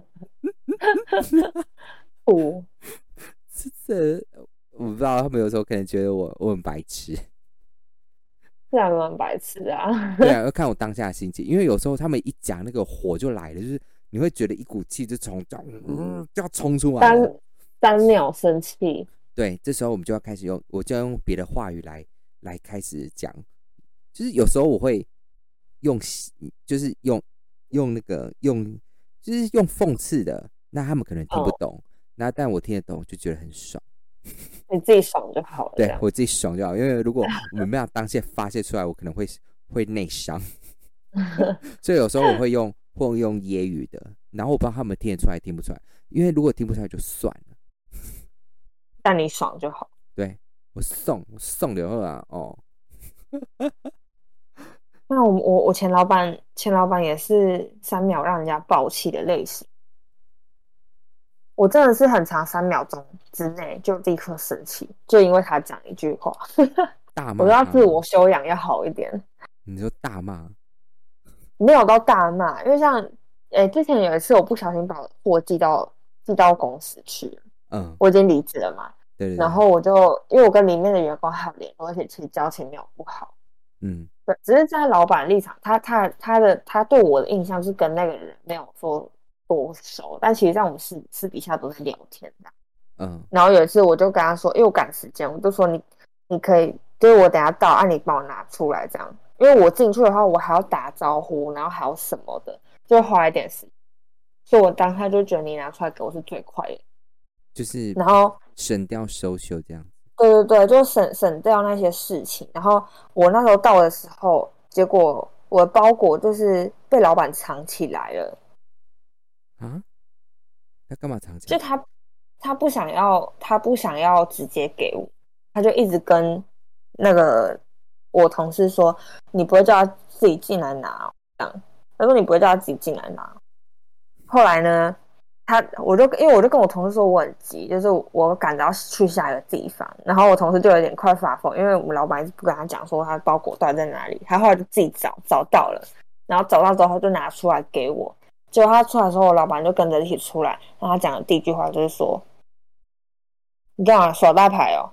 哦， 这我不知道，他们有时候可能觉得我我很白痴。 是还蛮白痴啊。 对啊，要看我当下的心情，因为有时候他们一讲那个火就来了，就是你会觉得一股气就从嗯就要冲出来了， 三秒生气。 对，这时候我们就要开始用，我就要用别的话语来来开始讲，就是有时候我会用，就是用用那个用，就是用讽刺的，那他们可能听不懂，哦、那但我听得懂，就觉得很爽。 你自己爽就好了。 对，我自己爽就好，因为如果我没有当下发泄出来，我可能会会内伤，所以有时候我会用会用揶揄的，然后我不知道他们听得出来听不出来，因为如果听不出来就算了， 但你爽就好。 对，我送我送了啊哦。 那我我我前老板前老板也是三秒让人家爆气的类型。我真的是很长三秒钟之内就立刻生气，就因为他讲一句话， 大骂， 我要自我修养要好一点。 你说大骂？ 没有到大骂，因为像诶、欸、之前有一次我不小心把货寄到寄到公司去了，嗯，我已经离职了嘛， 对对对， 然后我就因为我跟里面的员工还有联络，而且其实交情没有不好，嗯，对，只是在老板立场，他他他的他对我的印象是跟那个人没有说多熟，但其实在我们私私底下都在聊天的，嗯，然后有一次我就跟他说，因为我赶时间，我就说你你可以，就是我等一下到，啊，你帮我拿出来这样，因为我进去的话，我还要打招呼，然后还要什么的，就会花一点时间，所以我当下就觉得你拿出来给我是最快的， 就是然后省掉收秀这样。 对对对，就省省掉那些事情。然后我那时候到的时候，结果我的包裹就是被老板藏起来了。 啊？他干嘛藏起来？就他他不想要，他不想要直接给我，他就一直跟那个我同事说：“你不会叫他自己进来拿。”这样，他说：“你不会叫他自己进来拿。”后来呢？他我就因为我就跟我同事说我很急，就是我赶着要去下一个地方，然后我同事就有点快发疯，因为我们老板一直不跟他讲说他包裹到底在哪里，他后来就自己找找到了，然后找到之后就拿出来给我，结果他出来的时候，我老板就跟着一起出来，然后他讲的第一句话就是说：“你干嘛耍大牌哦？”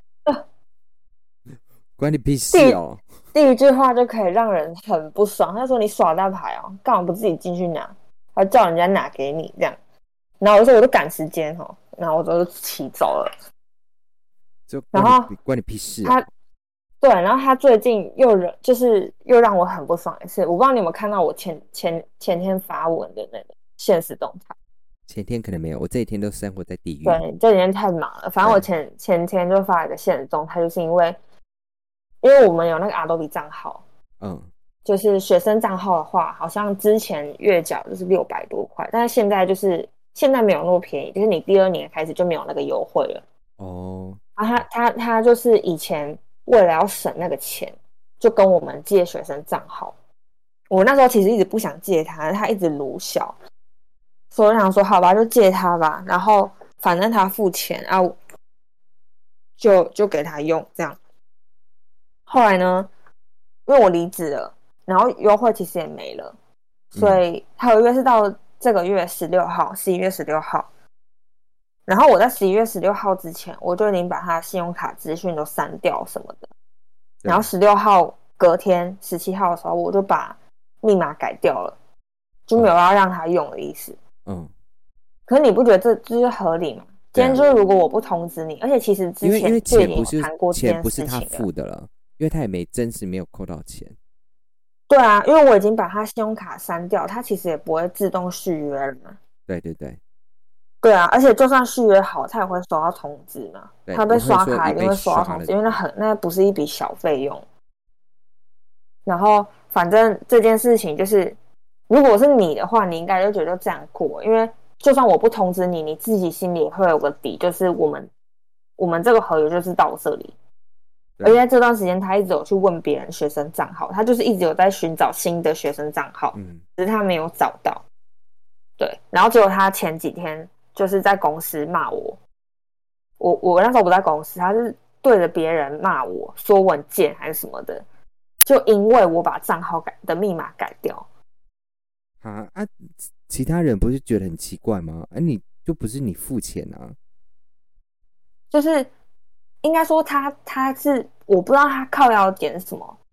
关你屁事哦！ 第一句话就可以让人很不爽，他说：“你耍大牌哦，干嘛不自己进去拿，还叫人家拿给你这样。”然后我就说我就赶时间哈，然后我就骑走了。 就然后关你屁事、啊。 他对，然后他最近又就是又让我很不爽一次。我不知道你有没有看到我前前前天发文的那个限时动态。 前天可能没有，我这一天都生活在地狱。 对，这几天太忙了。反正我前前天就发了一个限时动态，就是因为因为我们有那个 Adobe 账号，嗯。就是学生账号的话，好像之前月缴就是六百多块，但是现在就是现在没有那么便宜，就是你第二年开始就没有那个优惠了。哦，啊，他他他就是以前为了要省那个钱，就跟我们借学生账号。我那时候其实一直不想借他，他一直鲁小，所以我想说好吧，就借他吧。然后反正他付钱啊，就就给他用这样。后来呢，因为我离职了。然后优惠其实也没了，所以他有约是到这个月十六号，十一月十六号。然后我在十一月十六号之前，我就已经把他信用卡资讯都删掉什么的。然后十六号隔天十七号的时候，我就把密码改掉了，就没有要让他用的意思。嗯。可是你不觉得这这是合理吗？今天就是如果我不通知你，而且其实之前就已经有谈过这件事情了。 钱不是他付的了，因为他也没真实没有扣到钱。 对啊，因为我已经把他信用卡删掉，他其实也不会自动续约了嘛。 对对对， 对啊，而且就算续约好，他也会收到通知嘛。他被刷卡一定会收到通知，因为那很那不是一笔小费用。然后反正这件事情就是，如果是你的话，你应该就觉得就这样过，因为就算我不通知你，你自己心里也会有个底，就是我们我们这个合约就是到这里。而且在这段时间，他一直有去问别人学生账号，他就是一直有在寻找新的学生账号，嗯，只是他没有找到。对，然后结果他前几天就是在公司骂我，我我那时候不在公司，他是对着别人骂我，说我很贱还是什么的，就因为我把账号改的密码改掉。 啊啊！其他人不是觉得很奇怪吗？啊，你就不是你付钱啊？ 就是。应该说他他是我不知道他靠腰点什么，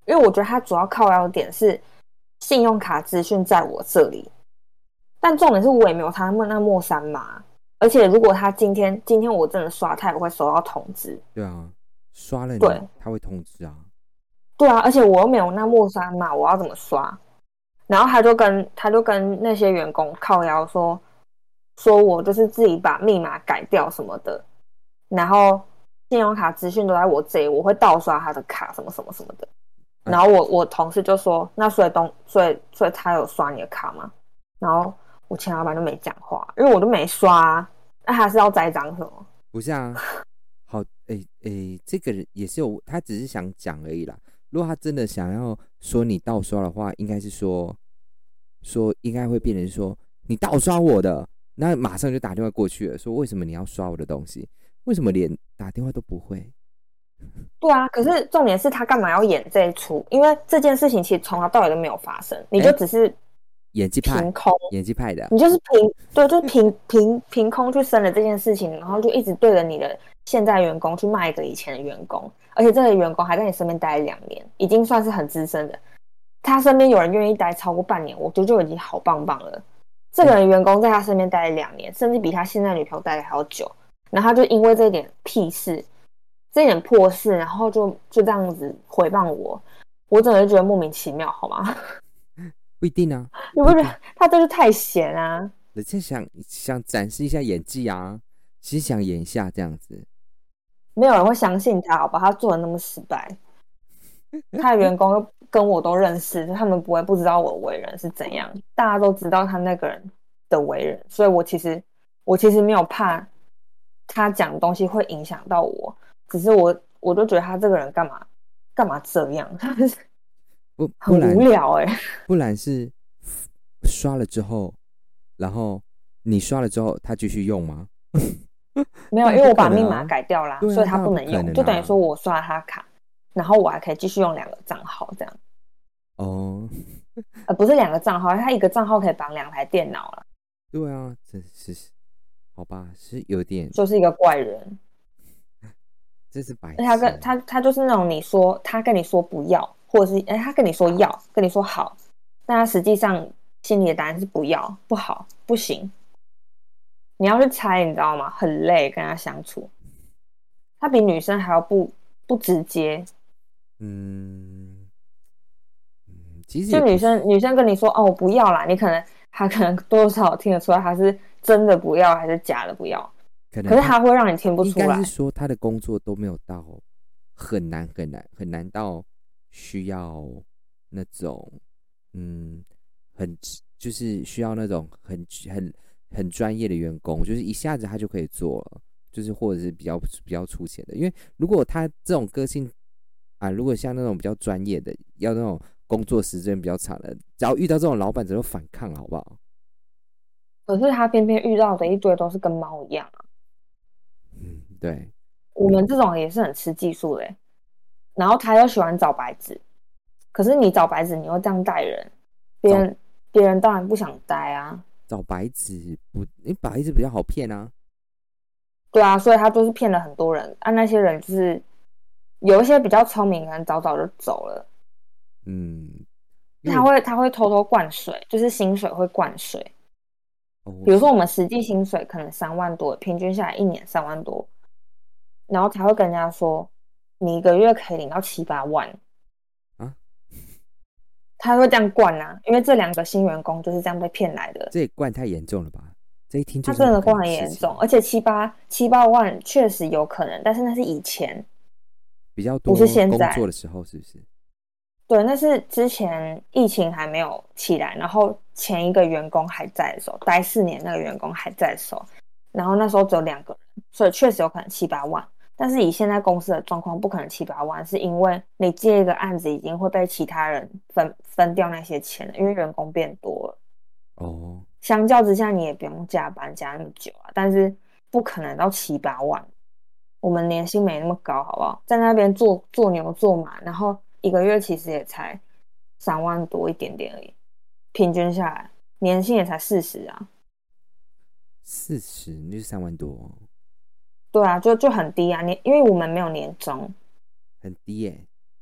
因为我觉得他主要靠腰点是信用卡资讯在我这里，但重点是我也没有他那莫三码，而且如果他今天今天我真的刷，他也会收到通知。 对啊，刷了你对他会通知啊。 对啊，而且我又没有那莫三码，我要怎么刷？然后他就跟他就跟那些员工靠腰说，说我就是自己把密码改掉什么的，然后信用卡资讯都在我这里，我会盗刷他的卡什么什么什么的。然后我我同事就说，那所以东所以所以他有刷你的卡吗？然后我前老板就没讲话，因为我都没刷、啊，那还是要栽赃什么？ 不是啊，好，诶诶，这个人也是有，他只是想讲而已啦。如果他真的想要说你盗刷的话，应该是说说应该会变成说你盗刷我的，那马上就打电话过去了，说为什么你要刷我的东西？为什么连打电话都不会？ 对啊，可是重点是他干嘛要演这一出？因为这件事情其实从头到尾都没有发生，你就只是演技派， 凭空演技派的， 你就是凭对，就是凭凭凭空去生了这件事情，然后就一直对着你的现在员工去骂一个以前的员工，而且这个员工还在你身边待了两年，已经算是很资深的。他身边有人愿意待超过半年，我觉得就已经好棒棒了。这个人员工在他身边待了两年，甚至比他现在女朋友待的还要久，然后他就因为这一点屁事。这一点破事，然后就就这样子诽谤我，我真的觉得莫名其妙，好吗？ 不一定啊， 你不觉得他真是太闲啊？ 人家想想展示一下演技啊，其实想演一下这样子， 没有人会相信他，好吧？他做的那么失败，他的员工又跟我都认识，他们不会不知道我为人是怎样，大家都知道他那个人的为人，所以我其实我其实没有怕他讲的东西会影响到我。只是我，我都觉得他这个人干嘛干嘛这样， 不很无聊哎、欸。 不然是刷了之后，然后你刷了之后，他继续用吗？ 没有，因为我把密码改掉啦， 啊、 所以他不能用， 能啊、 就等于说我刷他卡，然后我还可以继续用两个账号这样。 哦， 呃，不是两个账号，他一个账号可以绑两台电脑啦。 对啊，这是好吧，是有点， 就是一个怪人。 这是白痴。 他跟他他就是那种你说他跟你说不要，或者是哎他跟你说要，跟你说好，但他实际上心里的答案是不要、不好、不行。你要去猜，你知道吗？很累跟他相处。他比女生还要不不直接。 嗯嗯，其实就女生女生跟你说哦我不要啦，你可能他可能多多少少听得出来他是真的不要还是假的不要。可, 可是他会让你听不出来， 应该是说他的工作都没有到很难很难很难到需要那种嗯很就是需要那种很很很专业的员工，就是一下子他就可以做了，就是或者是比较比较粗浅的，因为如果他这种个性啊，如果像那种比较专业的，要那种工作时间比较长的，只要遇到这种老板，只会反抗，好不好？ 可是他偏偏遇到的一堆都是跟猫一样啊。 嗯，对， 我们这种也是很吃技术的、欸，然后他又喜欢找白纸，可是你找白纸，你又这样带人，别人别人当然不想待啊。 找白纸不，你白纸比较好骗啊。 对啊，所以他就是骗了很多人啊。那些人就是有一些比较聪明，可能早早就走了。 嗯， 他会他会偷偷灌水，就是薪水会灌水。 哦、 比如说我们实际薪水可能三万多，平均下来一年三万多，然后他会跟人家说你一个月可以领到七八万啊，他会这样灌啊，因为这两个新员工就是这样被骗来的。 这也灌太严重了吧？这一听就他真的灌很严重，而且七八七八万确实有可能，但是那是以前比较多， 不是现在工作的时候，是不是？ 对，那是之前疫情还没有起来，然后前一个员工还在的时候，待四年那个员工还在的时候，然后那时候只有两个人，所以确实有可能七八万。但是以现在公司的状况，不可能七八万，是因为你接一个案子已经会被其他人分分掉那些钱了，因为员工变多了。 哦， 相较之下，你也不用加班加那么久啊，但是不可能到七八万。我们年薪没那么高，好不好？在那边做做牛做马，然后一个月其实也才三万多一点点而已，平均下来年薪也才四十啊。 四十，那就是三万多。 对啊，就就很低啊，年因为我们没有年终， 很低耶、欸。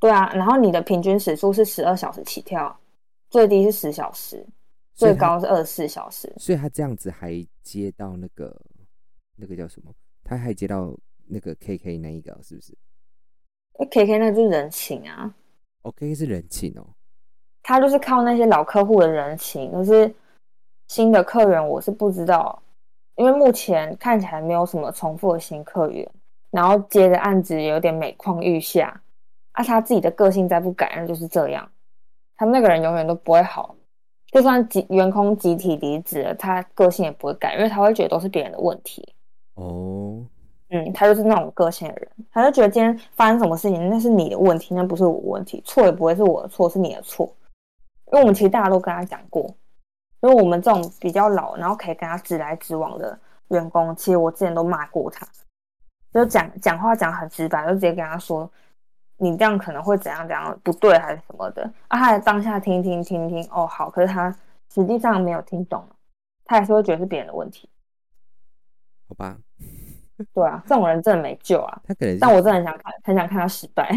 对啊，然后你的平均时数是十二小时起跳，最低是十小时，最高是二十四小时。 所以他这样子还接到那个那个叫什么？他还接到那个 K K 那一个是不是 ？K K 那就是人情啊。 哦 ，K K 是人情哦。 他就是靠那些老客户的人情，可是新的客源我是不知道，因为目前看起来没有什么重复的新客源，然后接的案子有点每况愈下。啊，他自己的个性再不改，那就是这样。他们那个人永远都不会好，就算集员工集体离职了，他个性也不会改，因为他会觉得都是别人的问题。 哦， 嗯，他就是那种个性的人，他就觉得今天发生什么事情，那是你的问题，那不是我的问题，错也不会是我的错，是你的错。因为我们其实大家都跟他讲过，因为我们这种比较老，然后可以跟他直来直往的员工，其实我之前都骂过他，就讲讲话讲很直白，就直接跟他说。你这样可能会怎样怎样不对还是什么的啊？他当下听听听听哦好，可是他实际上没有听懂，他还是会觉得是别人的问题。 好吧。 对啊，这种人真的没救啊！ 他可能， 但我真的很想看，很想看他失败。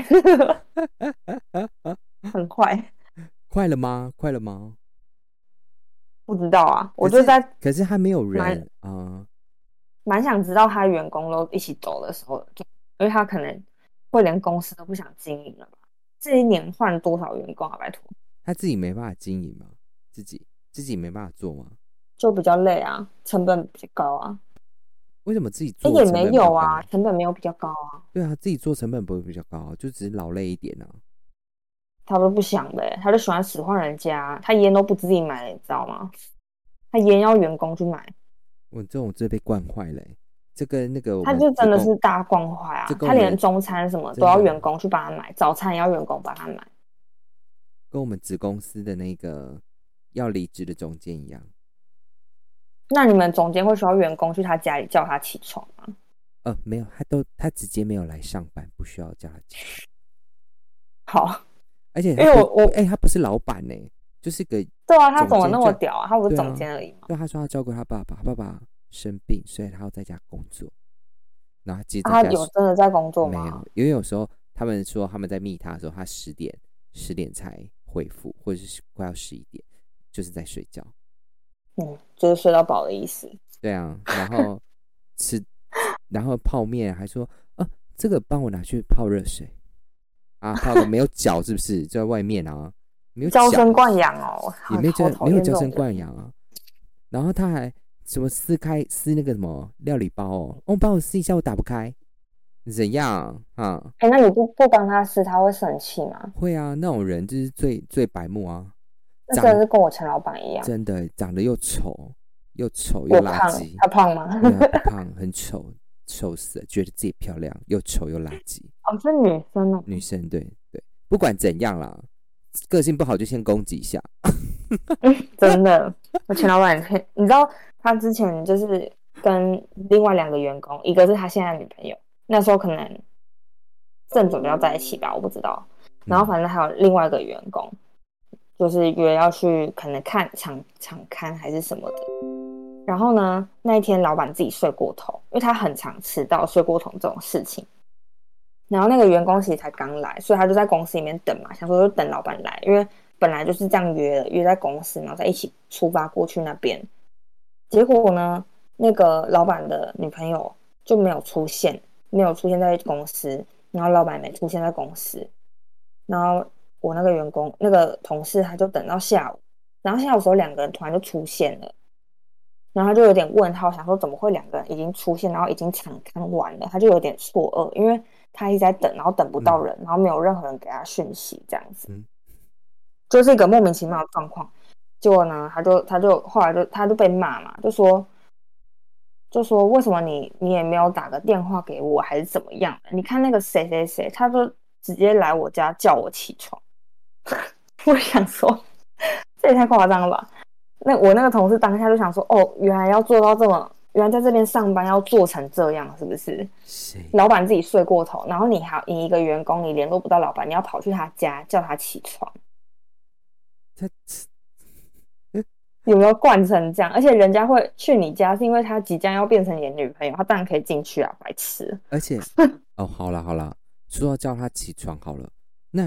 很坏。 快了吗？快了吗？ 不知道啊，我就在。 可是他没有人啊， 蛮、呃、想知道他员工都一起走的时候，因为他可能。会连公司都不想经营了吧？这一年换多少员工啊？拜托， 他自己没办法经营吗？自己自己没办法做吗？ 就比较累啊，成本比较高啊。 为什么自己做成本也没有啊，成本没有比较高啊。 对啊，自己做成本不会比较高啊，就只是劳累一点啊。 他都不想的、欸，他就喜欢使唤人家，他烟都不自己买，你知道吗？他烟要员工去买。 我这种真被惯坏了、欸。这个那个， 他就真的是大惯坏啊！他连中餐什么都要员工去帮他买，早餐也要员工帮他买， 跟我们子公司的那个要离职的总监一样。 那你们总监会需要员工去他家里叫他起床吗？ 呃，没有，他都他直接没有来上班，不需要叫他起床。 好， 而且因为我我哎、欸，他不是老板呢、欸，就是个对啊，他怎么那么屌啊？他不是总监而已吗？ 对、啊，他说他照顾他爸爸，他爸爸生病，所以他要在家工作。然后他接着、 啊、他有真的在工作吗？ 没有，因为有时候他们说他们在密他的时候，他十点十点才回复，或者是快要十一点，就是在睡觉。 嗯，就是睡到饱的意思。 对啊，然后吃，然后泡面还说啊，这个帮我拿去泡热水啊，泡个没有脚是不是？就在外面啊，没有娇生惯养哦， 也没有没有娇生惯养啊。然后他还。什么撕开撕那个什么料理包哦，哦，帮我撕一下，我打不开，怎样啊？ 哎、欸，那你不不帮他撕，他会生气吗？ 会啊，那种人就是最最白目啊。 那真的是跟我前老板一样， 真的长得又丑又丑又垃圾。 他胖吗？ 对啊，胖，很丑，丑死了，觉得自己漂亮，又丑又垃圾。 哦，是女生哦。 女生，对对，不管怎样啦，个性不好就先攻击一下。 真的，我前老板，你知道。他之前就是跟另外两个员工，一个是他现在的女朋友，那时候可能正准备要在一起吧，我不知道。然后反正还有另外一个员工，就是约要去可能看场场刊还是什么的。然后呢，那一天老板自己睡过头，因为他很常迟到、睡过头这种事情。然后那个员工其实才刚来，所以他就在公司里面等嘛，想说就等老板来，因为本来就是这样约的，约在公司，然后再一起出发过去那边。结果呢，那个老板的女朋友就没有出现，没有出现在公司，然后老板也没出现在公司，然后我那个员工那个同事他就等到下午，然后下午的时候两个人突然就出现了，然后他就有点问号，想说怎么会两个人已经出现，然后已经场刊完了，他就有点错愕，因为他一直在等，然后等不到人，嗯、然后没有任何人给他讯息，这样子，嗯、就是一个莫名其妙的状况。结果呢，他就他就后来就他就被骂嘛，就说就说为什么你你也没有打个电话给我，还是怎么样的？你看那个谁谁谁，他就直接来我家叫我起床。我想说，这也太夸张了吧？那我那个同事当下就想说，哦，原来要做到这么，原来在这边上班要做成这样，是不是？老板自己睡过头，然后你还你一个员工，你联络不到老板，你要跑去他家叫他起床。 他。 有没有惯成这样？而且人家会去你家，是因为他即将要变成你的女朋友，他当然可以进去啊，白痴。 而且，哦，好啦好啦，说到叫他起床好了，那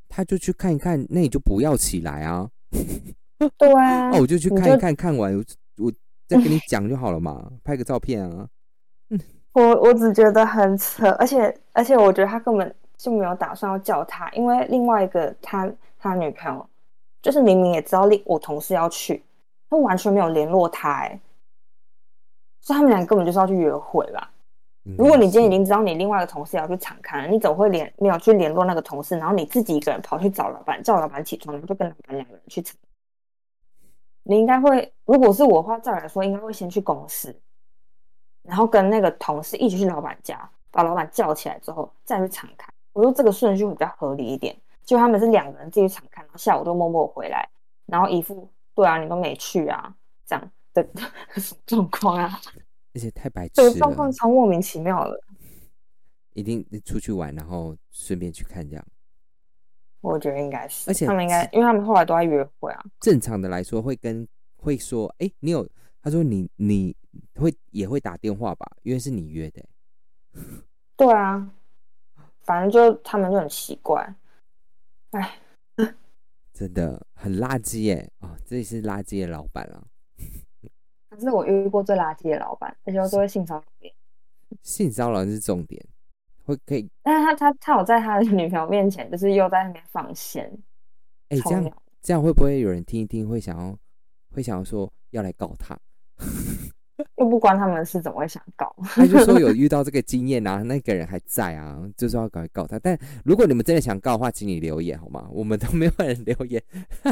他就去看一看，那你就不要起来啊。 对啊， 哦，我就去看一看，看完我我再跟你讲就好了嘛，拍个照片啊。 我我只觉得很扯，而且而且我觉得他根本就没有打算要叫他，因为另外一个他他女朋友就是明明也知道我同事要去，他完全没有联络他，哎，所以他们俩根本就是要去约会吧。如果你今天已经知道你另外一个同事要去场勘了，你怎么会联没有去联络那个同事，然后你自己一个人跑去找老板，叫老板起床，然后就跟老板两个人去场？你应该会，如果是我的话，照理来说应该会先去公司，然后跟那个同事一起去老板家，把老板叫起来之后再去场勘。我说这个顺序会比较合理一点。就他们是两个人自己场勘，然后下午都默默回来，然后一副对啊你都没去啊这样的什么状况啊？ 而且太白痴了， 这个状况超莫名其妙的。 一定出去玩，然后顺便去看这样。 我觉得应该是， 而且他们应该，因为他们后来都在约会啊。 正常的来说会跟会说，哎、欸，你有？他说你你会也会打电话吧？因为是你约的、欸。 对啊，反正就他们就很奇怪，哎， 真的很垃圾耶、欸！啊、哦，这里是垃圾的老板啊。 他是我遇过最垃圾的老板，而且都会性骚扰别人。 性骚扰是重点，会可以。 但是他他他有在他的女朋友面前，就是又在那边放线。 哎、欸，这样这样会不会有人听一听，会想要会想要说要来告他？ 又不关他们的事，怎么会想告？ 他就说有遇到这个经验啊，那个人还在啊，就是要赶快告他。但如果你们真的想告的话，请你留言好吗？我们都没有人留言。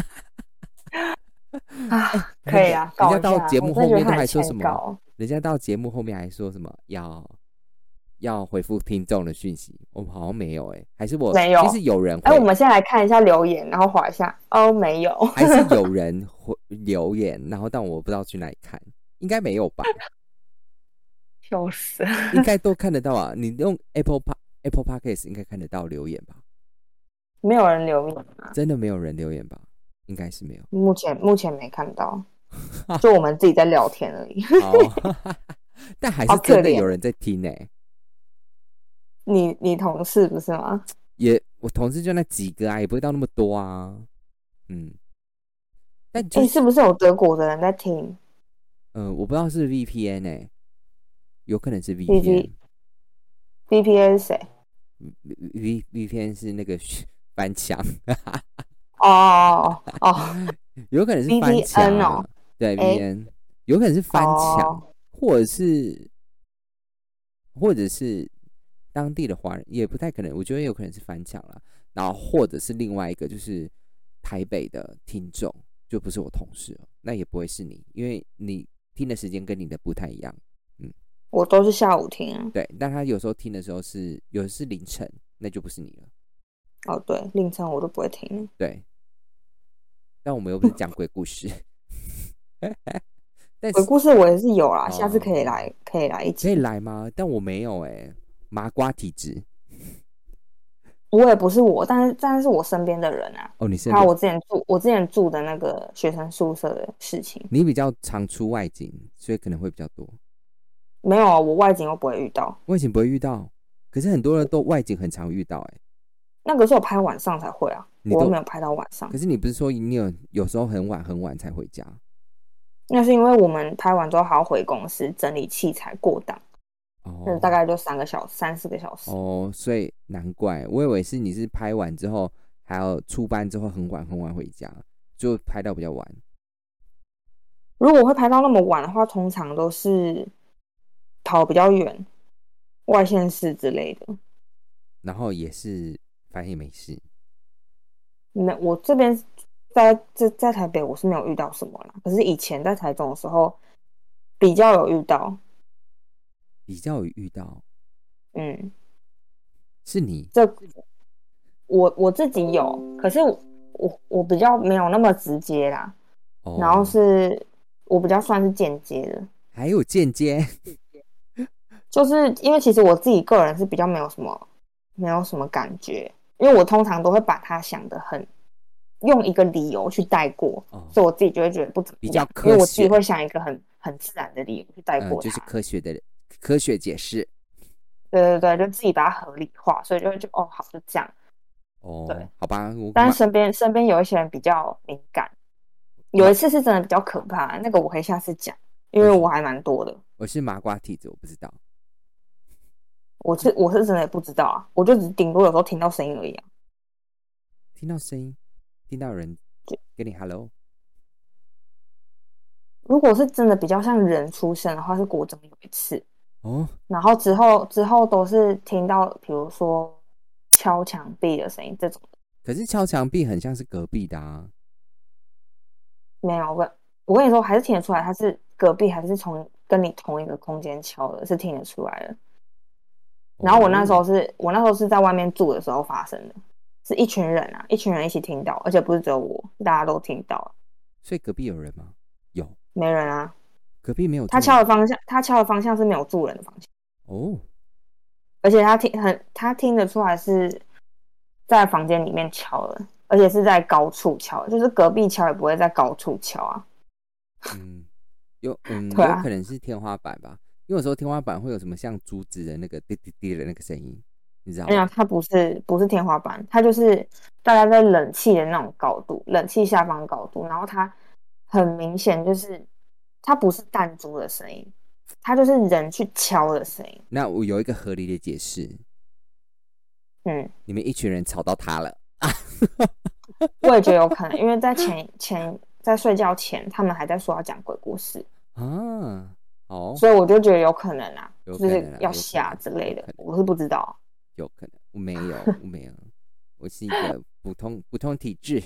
啊，可以啊， 人家到节目后面都还说什么？ 人家到节目后面还说什么要要回复听众的讯息，我们好像没有哎、欸，还是我没有？ 其实有人哎、欸，我们先来看一下留言，然后滑一下，哦，没有， 还是有人回留言，然后但我不知道去哪里看，应该没有吧？ 笑死， 应该都看得到啊！你用 Apple Apple Podcast 应该看得到留言吧？ 没有人留言啊？ 真的没有人留言吧？应该是没有， 目前目前没看到，就我们自己在聊天而已。 哦、但还是真的有人在听呢、欸。 你你同事不是吗？ 也，我同事就那几个啊，也不会到那么多啊。嗯，但你、就是欸、是不是有德国的人在听？ 嗯、呃，我不知道是 V P N 哎、欸，有可能是 V P N。V P N 是谁 ？V V P N 是那个翻墙。 哦哦， 有可能是翻墙、啊、哦，对 V P N，、欸、有可能是翻墙、哦，或者是或者是当地的华人，也不太可能。我觉得有可能是翻墙啦，然后或者是另外一个就是台北的听众，就不是我同事了，那也不会是你，因为你听的时间跟你的不太一样。嗯， 我都是下午听啊。 对，但他有时候听的时候是有的是凌晨，那就不是你了。 哦，对，凌晨我都不会听。 对，但我们又不是讲鬼故事。但鬼故事我也是有啦，哦、下次可以来，可以来一起。 可以来吗？但我没有哎、欸，麻瓜体质。 我也不是我，但是但是我身边的人啊。 哦，你是？ 还有我之前住我之前住的那个学生宿舍的事情。 你比较常出外景，所以可能会比较多。 没有啊，我外景又不会遇到。 外景不会遇到，可是很多人都外景很常遇到哎、欸。 那个是我拍晚上才会啊，我没有拍到晚上。 可是你不是说你有有时候很晚很晚才回家？ 那是因为我们拍完之后还要回公司整理器材过档，哦，大概就三个小时、三四个小时。 哦，所以难怪，我以为是你是拍完之后还要出班之后很晚很晚回家，就拍到比较晚。 如果会拍到那么晚的话，通常都是跑比较远，外县市之类的。 然后也是。反正也没事。 没，我这边在在在台北我是没有遇到什么啦，可是以前在台中的时候比较有遇到。 比较有遇到。 嗯， 是你？ 这我我自己有，可是我我比较没有那么直接啦。哦。然后是我比较算是间接的。 还有间接？ 就是因为其实我自己个人是比较没有什么没有什么感觉。因为我通常都会把他想得很用一个理由去带过、哦，所以我自己就会觉得不怎么样， 比较科学， 因为我自己会想一个很很自然的理由去带过他、 嗯、就是科学的科学解释。 对对对，就自己把它合理化，所以就会就哦好就这样。 哦， 对， 好吧， 但是身边身边有一些人比较敏感，有一次是真的比较可怕，那个我可以下次讲，因为我还蛮多的。 我是麻瓜体质，我不知道。 我是我是真的不知道啊，我就只顶多有时候听到声音而已啊。 听到声音，听到有人跟你 hello。 如果是真的比较像人出声的话，是国中有一次哦， 然后之后之后都是听到比如说敲墙壁的声音这种的。 可是敲墙壁很像是隔壁的啊。 没有，我我跟你说，还是听得出来，他是隔壁还是从跟你同一个空间敲的，是听得出来的。然后我那时候是、哦、我那时候是在外面住的时候发生的，是一群人啊，一群人一起听到，而且不是只有我，大家都听到。 所以隔壁有人吗？有， 没人啊。 隔壁没有住人。 他敲的方向，他敲的方向是没有住人的方向。 哦。 而且他听很，他听得出来是在房间里面敲的，而且是在高处敲的，就是隔壁敲也不会在高处敲啊。 嗯，有嗯、 啊、 有可能是天花板吧。因为有时候天花板会有什么像珠子的那个滴滴滴的那个声音，你知道吗？ 没有，它不是不是天花板，它就是大概在冷气的那种高度，冷气下方高度，然后它很明显就是它不是弹珠的声音，它就是人去敲的声音。 那我有一个合理的解释， 嗯， 你们一群人吵到他了。 我也觉得有可能，因为在前前在睡觉前，他们还在说要讲鬼故事啊。哦， 所以我就觉得有可能啊， 有可能啊就是要吓之类的，我是不知道。 有可能，我没有，我没有，我是一个普通普通体质。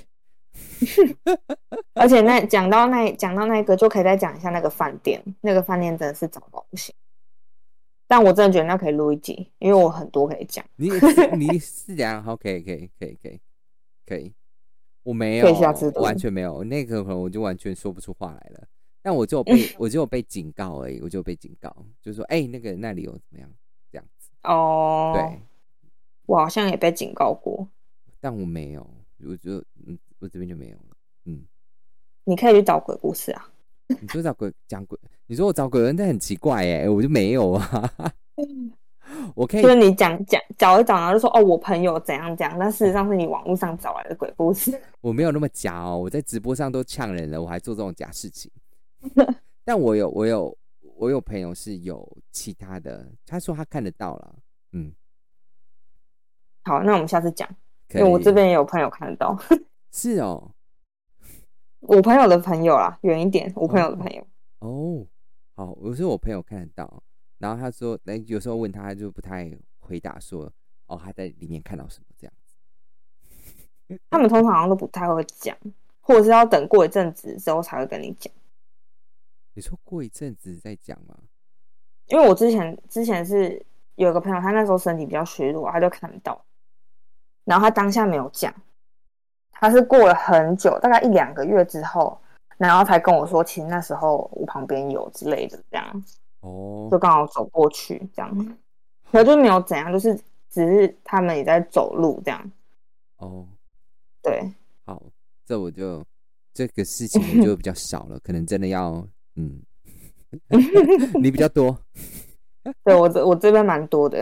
而且那讲到那讲到那个，就可以再讲一下那个饭店，那个饭店真的是糟到不行。但我真的觉得那可以录一集，因为我很多可以讲。 你你是这样？好，可以可以可以可以可以。我没有，完全没有，那个可能我就完全说不出话来了。但我就有被我就有被警告而已，我就有被警告，就是说，哎、欸，那个那里有怎么样这样子。 哦， 对， 我好像也被警告过， 但我没有，我就嗯，我这边就没有了。嗯， 你可以去找鬼故事啊。 你说找鬼讲鬼，你说我找鬼人，但很奇怪哎，我就没有啊。我可以， 就是你讲讲找一找，然后就说哦，我朋友怎样讲，但事实上是你网络上找来的鬼故事。 我没有那么假哦，我在直播上都呛人了，我还做这种假事情。但我有我有我有朋友是有其他的，他说他看得到了。嗯， 好，那我们下次讲，因为我这边也有朋友看得到。 是哦， 我朋友的朋友啦，远一点，我朋友的朋友。 哦，好，我说我朋友看得到，然后他说，那有时候问他，他就不太回答说，哦，他在里面看到什么这样子。 他们通常都不太会讲，或者是要等过一阵子之后才会跟你讲。 你说过一阵子再讲吗？ 因为我之前之前是有一个朋友，他那时候身体比较虚弱，他就看不到，然后他当下没有讲，他是过了很久，大概一两个月之后，然后才跟我说，其实那时候我旁边有之类的，这样， 哦， 就刚好走过去这样，可就没有怎样，就是只是他们也在走路这样。 哦， 对， 好，这我就这个事情我就比较少了，可能真的要嗯，你比较多。 对我这我这边蛮多的。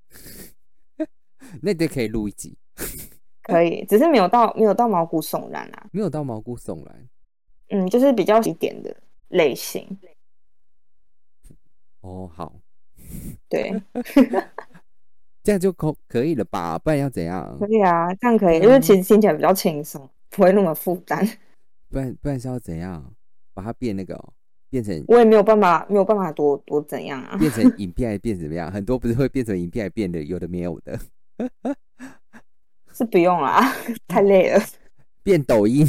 那得可以录一集。 可以，只是没有到没有到毛骨悚然啊， 没有到毛骨悚然。 嗯，就是比较一点的类型。 哦，好， 对， 这样就可可以了吧？不然要怎样？ 可以啊，这样可以，因为其实听起来比较轻松，不会那么负担。 不然不然是要怎样？把它变那个、哦，变成我也没有办法，没有办法多多怎样啊？ 变成影片还变怎么样？很多不是会变成影片还变的，有的没有的。 是不用啦，太累了。 变抖音，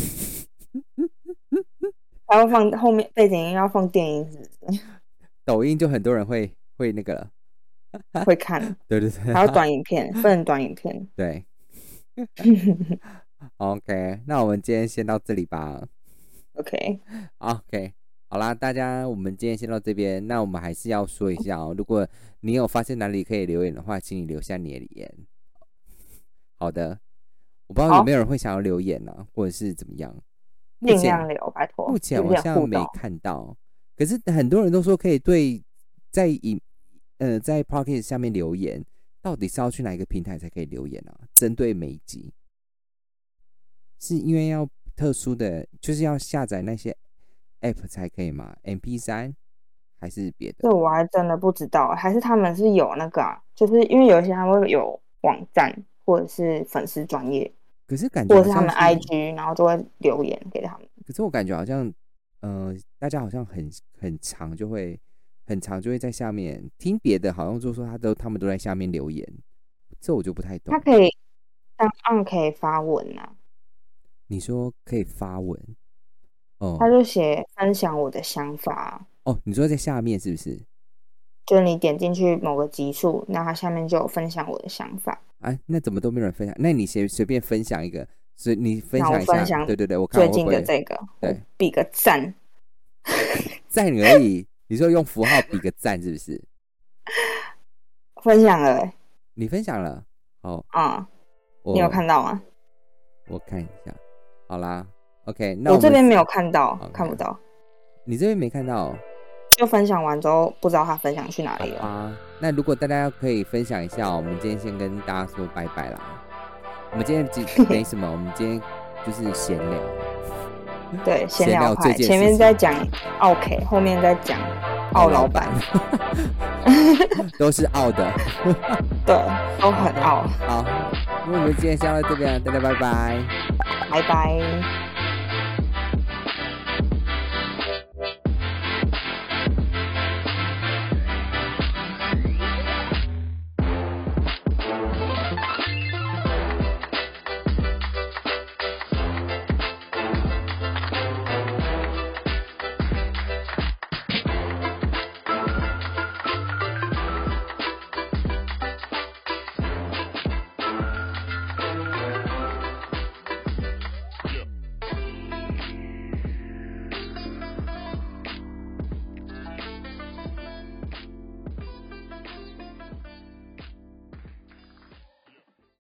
还要放后面背景音，要放电音是不是？ 抖音就很多人会会那个了， 会看。 对对对， 还有短影片，不能短影片。 对。OK， 那我们今天先到这里吧。 OK， OK， 好啦，大家，我们今天先到这边。那我们还是要说一下哦，如果你有发现哪里可以留言的话，请你留下你的言。好的，我不知道有没有人会想要留言呢、啊，或者是怎么样。 尽量留，拜托。 目前好像没看到，可是很多人都说可以对在影呃在 Podcast 下面留言，到底是要去哪一个平台才可以留言啊？针对每一集。 是因为要特殊的，就是要下载那些 app 才可以吗 ？M P 三 还是别的？ 这我还真的不知道，还是他们是有那个、啊，就是因为有一些他们会有网站或者是粉丝专页， 可是感觉或者是他们 I G， 然后就会留言给他们。 可是我感觉好像，呃，大家好像很很常就会很常就会在下面听别的，好像就说他都他们都在下面留言，这我就不太懂。 他可以当按可以发文啊。 你说可以发文？哦， 他就写分享我的想法。 哦，你说在下面是不是？ 就是你点进去某个集数，那它下面就有分享我的想法。 啊，那怎么都没有人分享？那你随随便分享一个，所以你分享一下。分享对对对，我看最近的这个， 对， 比个赞， 赞而已。你说用符号比个赞是不是？ 分享了、欸， 你分享了，哦， 啊、嗯，你有看到吗？ 我看一下，好啦 ，OK， 那 我, 我这边没有看到， okay. 看不到。 你这边没看到？ 就分享完之后，不知道他分享去哪里了啊。那如果大家可以分享一下，我们今天先跟大家说拜拜啦。我们今天没什么，我们今天就是闲聊。 对，闲聊派，前面在讲奥 K， 后面在讲奥老板， 都是奥的， 对，都很奥。 好，那我们今天先到这边，大家拜拜， 拜拜。